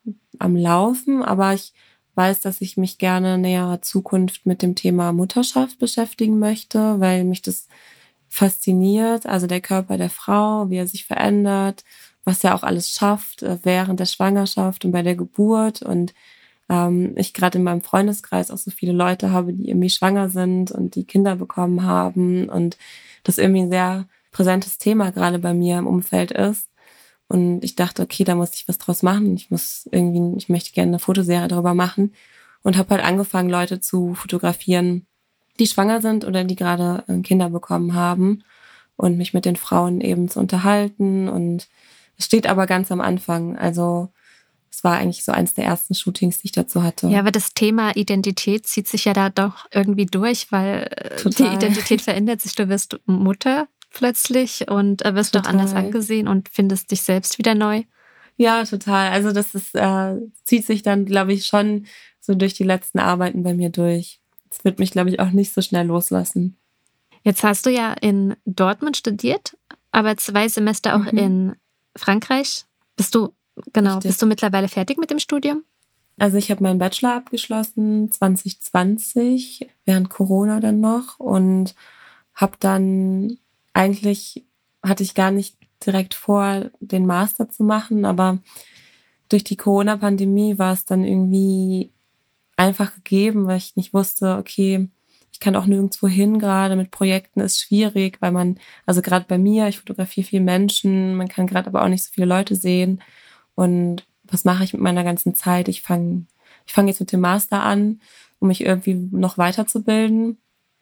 am Laufen, aber ich weiß, dass ich mich gerne in näherer Zukunft mit dem Thema Mutterschaft beschäftigen möchte, weil mich das fasziniert, also der Körper der Frau, wie er sich verändert, was er auch alles schafft äh, während der Schwangerschaft und bei der Geburt und ähm, ich gerade in meinem Freundeskreis auch so viele Leute habe, die irgendwie schwanger sind und die Kinder bekommen haben und das irgendwie ein sehr präsentes Thema gerade bei mir im Umfeld ist. Und ich dachte, okay, da muss ich was draus machen. Ich muss irgendwie, ich möchte gerne eine Fotoserie darüber machen und habe halt angefangen, Leute zu fotografieren, die schwanger sind oder die gerade äh, Kinder bekommen haben und mich mit den Frauen eben zu unterhalten. Und es steht aber ganz am Anfang. Also es war eigentlich so eins der ersten Shootings, die ich dazu hatte. Ja, aber das Thema Identität zieht sich ja da doch irgendwie durch, weil Total. Die Identität verändert sich. Du wirst Mutter plötzlich und wirst doch anders angesehen und findest dich selbst wieder neu. Ja, total. Also das ist, äh, zieht sich dann, glaube ich, schon so durch die letzten Arbeiten bei mir durch. Das wird mich, glaube ich, auch nicht so schnell loslassen. Jetzt hast du ja in Dortmund studiert, aber zwei Semester auch mhm. in Frankreich. Bist du, genau, Richtig. Bist du mittlerweile fertig mit dem Studium? Also ich habe meinen Bachelor abgeschlossen zwanzig zwanzig, während Corona dann noch und habe dann eigentlich, hatte ich gar nicht direkt vor, den Master zu machen, aber durch die Corona-Pandemie war es dann irgendwie einfach gegeben, weil ich nicht wusste, okay, ich kann auch nirgendwo hin gerade, mit Projekten ist schwierig, weil man, also gerade bei mir, ich fotografiere viele Menschen, man kann gerade aber auch nicht so viele Leute sehen und was mache ich mit meiner ganzen Zeit? Ich fange ich fange jetzt mit dem Master an, um mich irgendwie noch weiterzubilden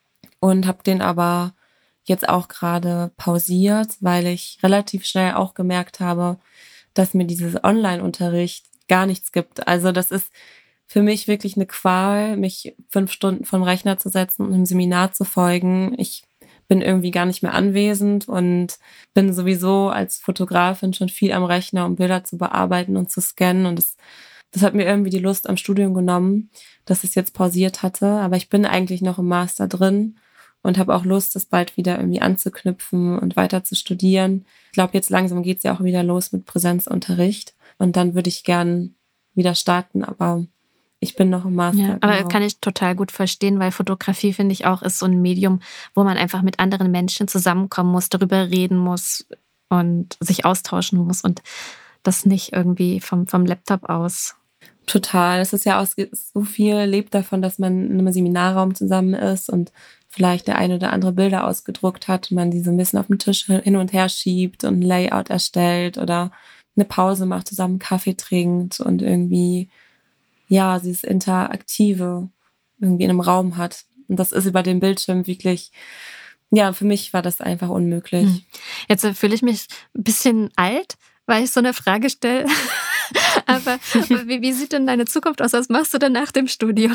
und habe den aber jetzt auch gerade pausiert, weil ich relativ schnell auch gemerkt habe, dass mir dieses Online-Unterricht gar nichts gibt. Also das ist für mich wirklich eine Qual, mich fünf Stunden vom Rechner zu setzen und einem Seminar zu folgen. Ich bin irgendwie gar nicht mehr anwesend und bin sowieso als Fotografin schon viel am Rechner, um Bilder zu bearbeiten und zu scannen. Und das, das hat mir irgendwie die Lust am Studium genommen, dass ich es jetzt pausiert hatte. Aber ich bin eigentlich noch im Master drin und habe auch Lust, das bald wieder irgendwie anzuknüpfen und weiter zu studieren. Ich glaube, jetzt langsam geht es ja auch wieder los mit Präsenzunterricht. Und dann würde ich gern wieder starten, aber ich bin noch im Master. Ja, aber genau. Kann ich total gut verstehen, weil Fotografie, finde ich auch, ist so ein Medium, wo man einfach mit anderen Menschen zusammenkommen muss, darüber reden muss und sich austauschen muss und das nicht irgendwie vom, vom Laptop aus. Total. Es ist ja auch so viel, lebt davon, dass man in einem Seminarraum zusammen ist und vielleicht der eine oder andere Bilder ausgedruckt hat und man die so ein bisschen auf dem Tisch hin und her schiebt und ein Layout erstellt oder eine Pause macht, zusammen Kaffee trinkt und irgendwie ja, dieses Interaktive irgendwie in einem Raum hat. Und das ist über den Bildschirm wirklich, ja, für mich war das einfach unmöglich. Jetzt fühle ich mich ein bisschen alt, weil ich so eine Frage stelle. Aber wie, wie sieht denn deine Zukunft aus? Was machst du denn nach dem Studium?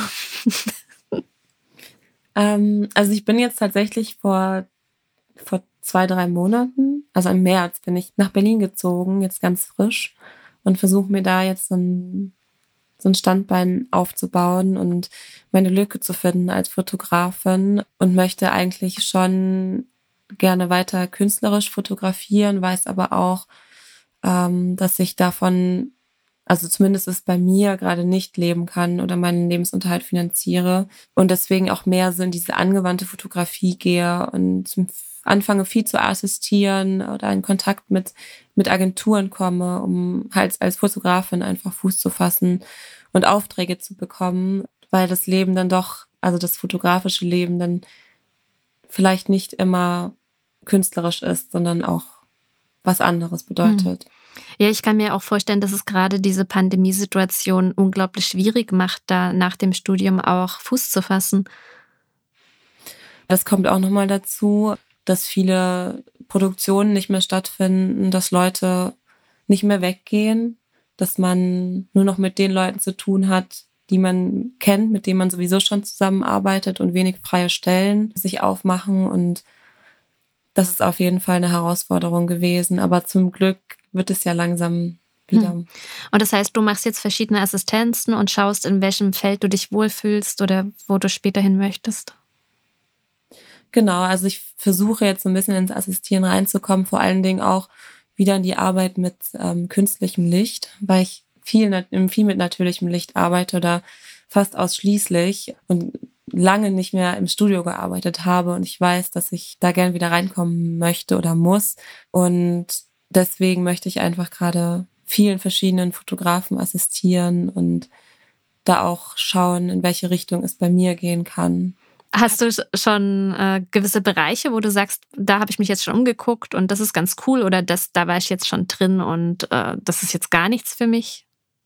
ähm, also ich bin jetzt tatsächlich vor, vor zwei, drei Monaten, also im März bin ich nach Berlin gezogen, jetzt ganz frisch und versuche mir da jetzt so ein so ein Standbein aufzubauen und meine Lücke zu finden als Fotografin und möchte eigentlich schon gerne weiter künstlerisch fotografieren, weiß aber auch, ähm, dass ich davon, also zumindest ist bei mir gerade nicht leben kann oder meinen Lebensunterhalt finanziere und deswegen auch mehr so in diese angewandte Fotografie gehe und zum anfange viel zu assistieren oder in Kontakt mit mit Agenturen komme, um halt als Fotografin einfach Fuß zu fassen und Aufträge zu bekommen, weil das Leben dann doch, also das fotografische Leben dann vielleicht nicht immer künstlerisch ist, sondern auch was anderes bedeutet. Ja, ich kann mir auch vorstellen, dass es gerade diese Pandemiesituation unglaublich schwierig macht, da nach dem Studium auch Fuß zu fassen. Das kommt auch nochmal dazu, dass viele Produktionen nicht mehr stattfinden, dass Leute nicht mehr weggehen, dass man nur noch mit den Leuten zu tun hat, die man kennt, mit denen man sowieso schon zusammenarbeitet und wenig freie Stellen sich aufmachen. Und das ist auf jeden Fall eine Herausforderung gewesen. Aber zum Glück wird es ja langsam wieder. Hm. Und das heißt, du machst jetzt verschiedene Assistenzen und schaust, in welchem Feld du dich wohlfühlst oder wo du später hin möchtest? Genau, also ich versuche jetzt so ein bisschen ins Assistieren reinzukommen, vor allen Dingen auch wieder in die Arbeit mit ähm, künstlichem Licht, weil ich viel, viel mit natürlichem Licht arbeite oder fast ausschließlich und lange nicht mehr im Studio gearbeitet habe und ich weiß, dass ich da gern wieder reinkommen möchte oder muss und deswegen möchte ich einfach gerade vielen verschiedenen Fotografen assistieren und da auch schauen, in welche Richtung es bei mir gehen kann. Hast du schon äh, gewisse Bereiche, wo du sagst, da habe ich mich jetzt schon umgeguckt und das ist ganz cool oder das, da war ich jetzt schon drin und äh, das ist jetzt gar nichts für mich?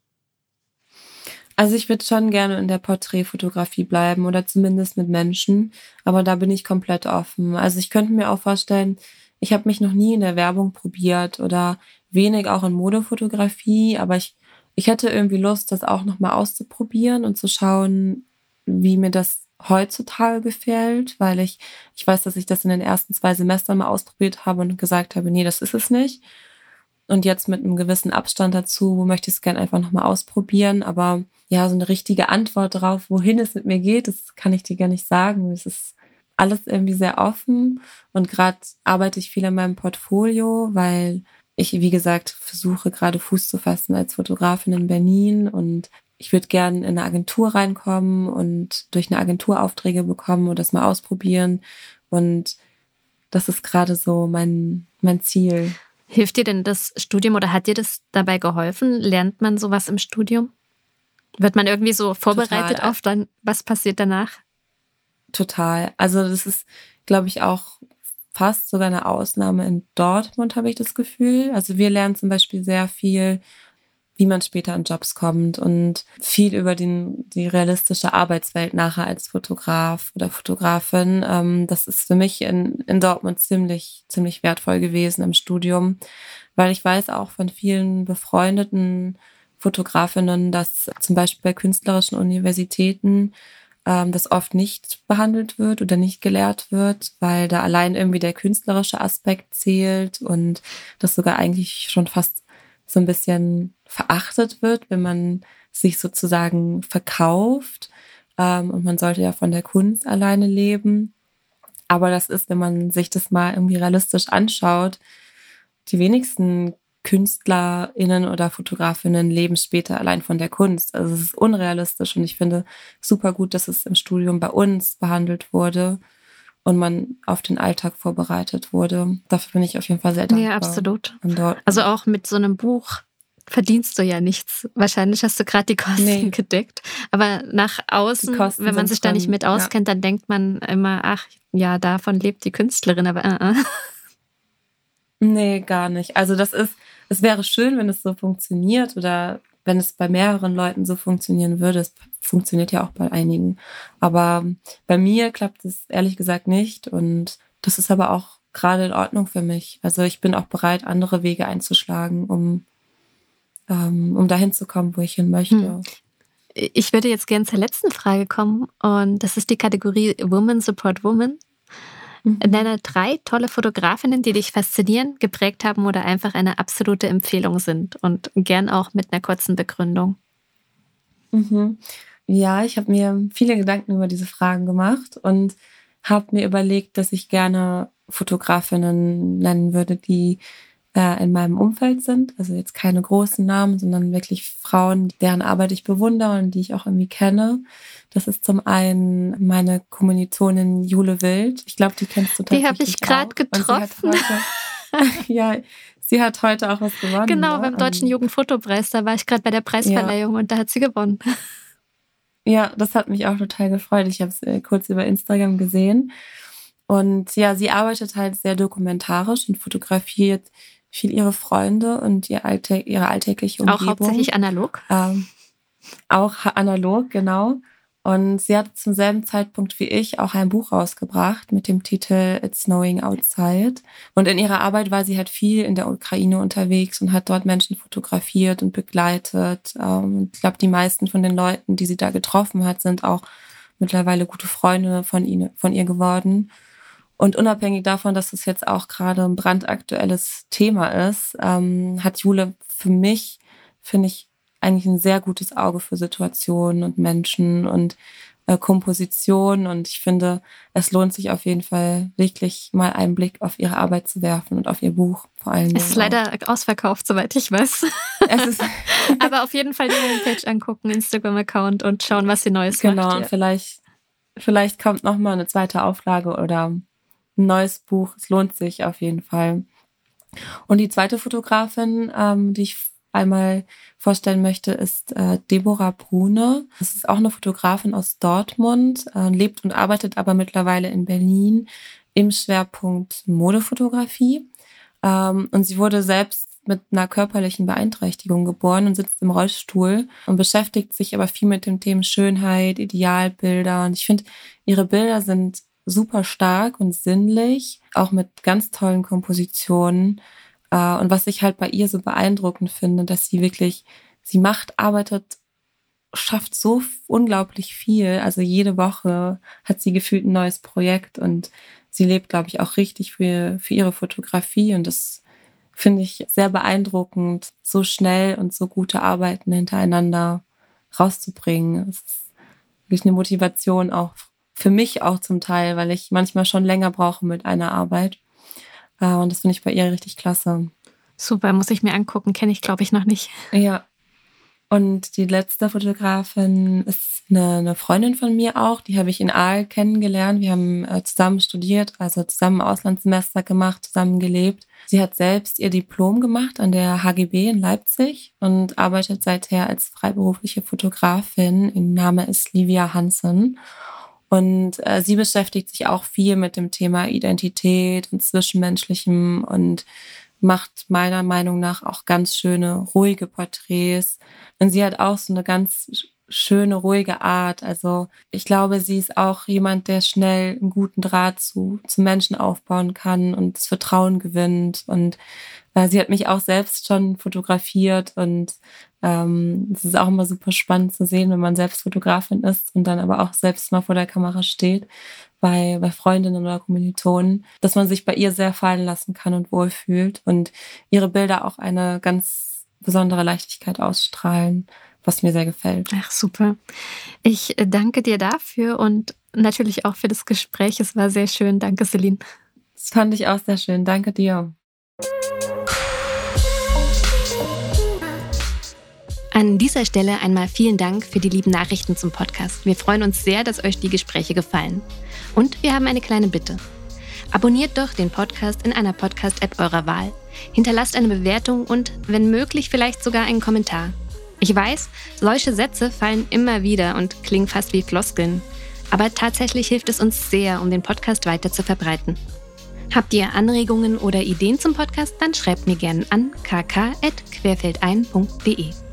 Also ich würde schon gerne in der Porträtfotografie bleiben oder zumindest mit Menschen, aber da bin ich komplett offen. Also ich könnte mir auch vorstellen, ich habe mich noch nie in der Werbung probiert oder wenig auch in Modefotografie, aber ich, ich hätte irgendwie Lust, das auch nochmal auszuprobieren und zu schauen, wie mir das heutzutage gefällt, weil ich, ich weiß, dass ich das in den ersten zwei Semestern mal ausprobiert habe und gesagt habe, nee, das ist es nicht. Und jetzt mit einem gewissen Abstand dazu möchte ich es gerne einfach nochmal ausprobieren. Aber ja, so eine richtige Antwort darauf, wohin es mit mir geht, das kann ich dir gar nicht sagen. Es ist alles irgendwie sehr offen. Und gerade arbeite ich viel an meinem Portfolio, weil ich, wie gesagt, versuche gerade Fuß zu fassen als Fotografin in Berlin. Und ich würde gerne in eine Agentur reinkommen und durch eine Agentur Aufträge bekommen und das mal ausprobieren. Und das ist gerade so mein, mein Ziel. Hilft dir denn das Studium oder hat dir das dabei geholfen? Lernt man sowas im Studium? Wird man irgendwie so vorbereitet Total. Auf dann, was passiert danach? Total. Also das ist, glaube ich, auch fast sogar eine Ausnahme in Dortmund, habe ich das Gefühl. Also wir lernen zum Beispiel sehr viel, wie man später in Jobs kommt und viel über den, die realistische Arbeitswelt nachher als Fotograf oder Fotografin. Ähm, das ist für mich in, in Dortmund ziemlich, ziemlich wertvoll gewesen im Studium, weil ich weiß auch von vielen befreundeten Fotografinnen, dass zum Beispiel bei künstlerischen Universitäten ähm, das oft nicht behandelt wird oder nicht gelehrt wird, weil da allein irgendwie der künstlerische Aspekt zählt und das sogar eigentlich schon fast so ein bisschen verachtet wird, wenn man sich sozusagen verkauft. Ähm, und man sollte ja von der Kunst alleine leben. Aber das ist, wenn man sich das mal irgendwie realistisch anschaut, die wenigsten KünstlerInnen oder Fotografinnen leben später allein von der Kunst. Also es ist unrealistisch und ich finde super gut, dass es im Studium bei uns behandelt wurde und man auf den Alltag vorbereitet wurde. Dafür bin ich auf jeden Fall sehr dankbar. Ja, absolut. Also auch mit so einem Buch verdienst du ja nichts. Wahrscheinlich hast du gerade die Kosten nee. gedeckt. Aber nach außen, wenn man sich da nicht mit auskennt, ja. dann denkt man immer, ach ja, davon lebt die Künstlerin. Aber uh -uh. Nee, gar nicht. Also das ist, es wäre schön, wenn es so funktioniert oder wenn es bei mehreren Leuten so funktionieren würde. Es funktioniert ja auch bei einigen. Aber bei mir klappt es ehrlich gesagt nicht und das ist aber auch gerade in Ordnung für mich. Also ich bin auch bereit, andere Wege einzuschlagen, um, ähm, um dahin zu kommen, wo ich hin möchte. Hm. Ich würde jetzt gerne zur letzten Frage kommen und das ist die Kategorie Women Support Women. Mhm. Nenne drei tolle Fotografinnen, die dich faszinieren, geprägt haben oder einfach eine absolute Empfehlung sind und gern auch mit einer kurzen Begründung. Mhm. Ja, ich habe mir viele Gedanken über diese Fragen gemacht und habe mir überlegt, dass ich gerne Fotografinnen nennen würde, die äh, in meinem Umfeld sind. Also jetzt keine großen Namen, sondern wirklich Frauen, deren Arbeit ich bewundere und die ich auch irgendwie kenne. Das ist zum einen meine Kommilitonin Jule Wild. Ich glaube, die kennst du tatsächlich. Die habe ich gerade getroffen. Sie heute, ja, sie hat heute auch was gewonnen. Genau, ne? beim Deutschen Jugendfotopreis. Da war ich gerade bei der Preisverleihung ja. und da hat sie gewonnen. Ja, das hat mich auch total gefreut. Ich habe es äh, kurz über Instagram gesehen. Und ja, sie arbeitet halt sehr dokumentarisch und fotografiert viel ihre Freunde und ihr Alltä- ihre alltägliche Umgebung. Auch hauptsächlich analog? Ähm, auch analog, genau. Und sie hat zum selben Zeitpunkt wie ich auch ein Buch rausgebracht mit dem Titel It's Snowing Outside. Und in ihrer Arbeit war sie halt viel in der Ukraine unterwegs und hat dort Menschen fotografiert und begleitet. Ähm, ich glaube, die meisten von den Leuten, die sie da getroffen hat, sind auch mittlerweile gute Freunde von, ihnen, von ihr geworden. Und unabhängig davon, dass es jetzt auch gerade ein brandaktuelles Thema ist, ähm, hat Jule für mich, finde ich, eigentlich ein sehr gutes Auge für Situationen und Menschen und äh, Komposition. Und ich finde, es lohnt sich auf jeden Fall, wirklich mal einen Blick auf ihre Arbeit zu werfen und auf ihr Buch vor allen Dingen. Es ist leider auch ausverkauft, soweit ich weiß. Es ist Aber auf jeden Fall die Homepage angucken, Instagram-Account und schauen, was sie Neues genau, macht. Genau, und vielleicht, vielleicht kommt noch mal eine zweite Auflage oder ein neues Buch. Es lohnt sich auf jeden Fall. Und die zweite Fotografin, ähm, die ich einmal vorstellen möchte, ist äh, Deborah Brune. Das ist auch eine Fotografin aus Dortmund, äh, lebt und arbeitet aber mittlerweile in Berlin im Schwerpunkt Modefotografie. Ähm, und sie wurde selbst mit einer körperlichen Beeinträchtigung geboren und sitzt im Rollstuhl und beschäftigt sich aber viel mit dem Thema Schönheit, Idealbilder. Und ich finde, ihre Bilder sind super stark und sinnlich, auch mit ganz tollen Kompositionen. Und was ich halt bei ihr so beeindruckend finde, dass sie wirklich, sie macht, arbeitet, schafft so unglaublich viel. Also jede Woche hat sie gefühlt ein neues Projekt und sie lebt, glaube ich, auch richtig für, für ihre Fotografie. Und das finde ich sehr beeindruckend, so schnell und so gute Arbeiten hintereinander rauszubringen. Es ist wirklich eine Motivation auch für mich auch zum Teil, weil ich manchmal schon länger brauche mit einer Arbeit. Und das finde ich bei ihr richtig klasse. Super, muss ich mir angucken, kenne ich, glaube ich, noch nicht. Ja. Und die letzte Fotografin ist eine, eine Freundin von mir auch. Die habe ich in Aal kennengelernt. Wir haben äh, zusammen studiert, also zusammen Auslandssemester gemacht, zusammen gelebt. Sie hat selbst ihr Diplom gemacht an der H G B in Leipzig und arbeitet seither als freiberufliche Fotografin. Ihr Name ist Livia Hansen. Und äh, sie beschäftigt sich auch viel mit dem Thema Identität und Zwischenmenschlichem und macht meiner Meinung nach auch ganz schöne, ruhige Porträts. Und sie hat auch so eine ganz schöne, ruhige Art. Also ich glaube, sie ist auch jemand, der schnell einen guten Draht zu, zu Menschen aufbauen kann und das Vertrauen gewinnt. Und äh, sie hat mich auch selbst schon fotografiert und ähm, es ist auch immer super spannend zu sehen, wenn man selbst Fotografin ist und dann aber auch selbst mal vor der Kamera steht, bei, bei Freundinnen oder Kommilitonen, dass man sich bei ihr sehr fallen lassen kann und wohlfühlt und ihre Bilder auch eine ganz besondere Leichtigkeit ausstrahlen, was mir sehr gefällt. Ach, super. Ich danke dir dafür und natürlich auch für das Gespräch. Es war sehr schön. Danke, Celine. Das fand ich auch sehr schön. Danke dir. An dieser Stelle einmal vielen Dank für die lieben Nachrichten zum Podcast. Wir freuen uns sehr, dass euch die Gespräche gefallen. Und wir haben eine kleine Bitte. Abonniert doch den Podcast in einer Podcast-App eurer Wahl. Hinterlasst eine Bewertung und, wenn möglich, vielleicht sogar einen Kommentar. Ich weiß, solche Sätze fallen immer wieder und klingen fast wie Floskeln. Aber tatsächlich hilft es uns sehr, um den Podcast weiter zu verbreiten. Habt ihr Anregungen oder Ideen zum Podcast, dann schreibt mir gerne an k k at querfeldein punkt d e.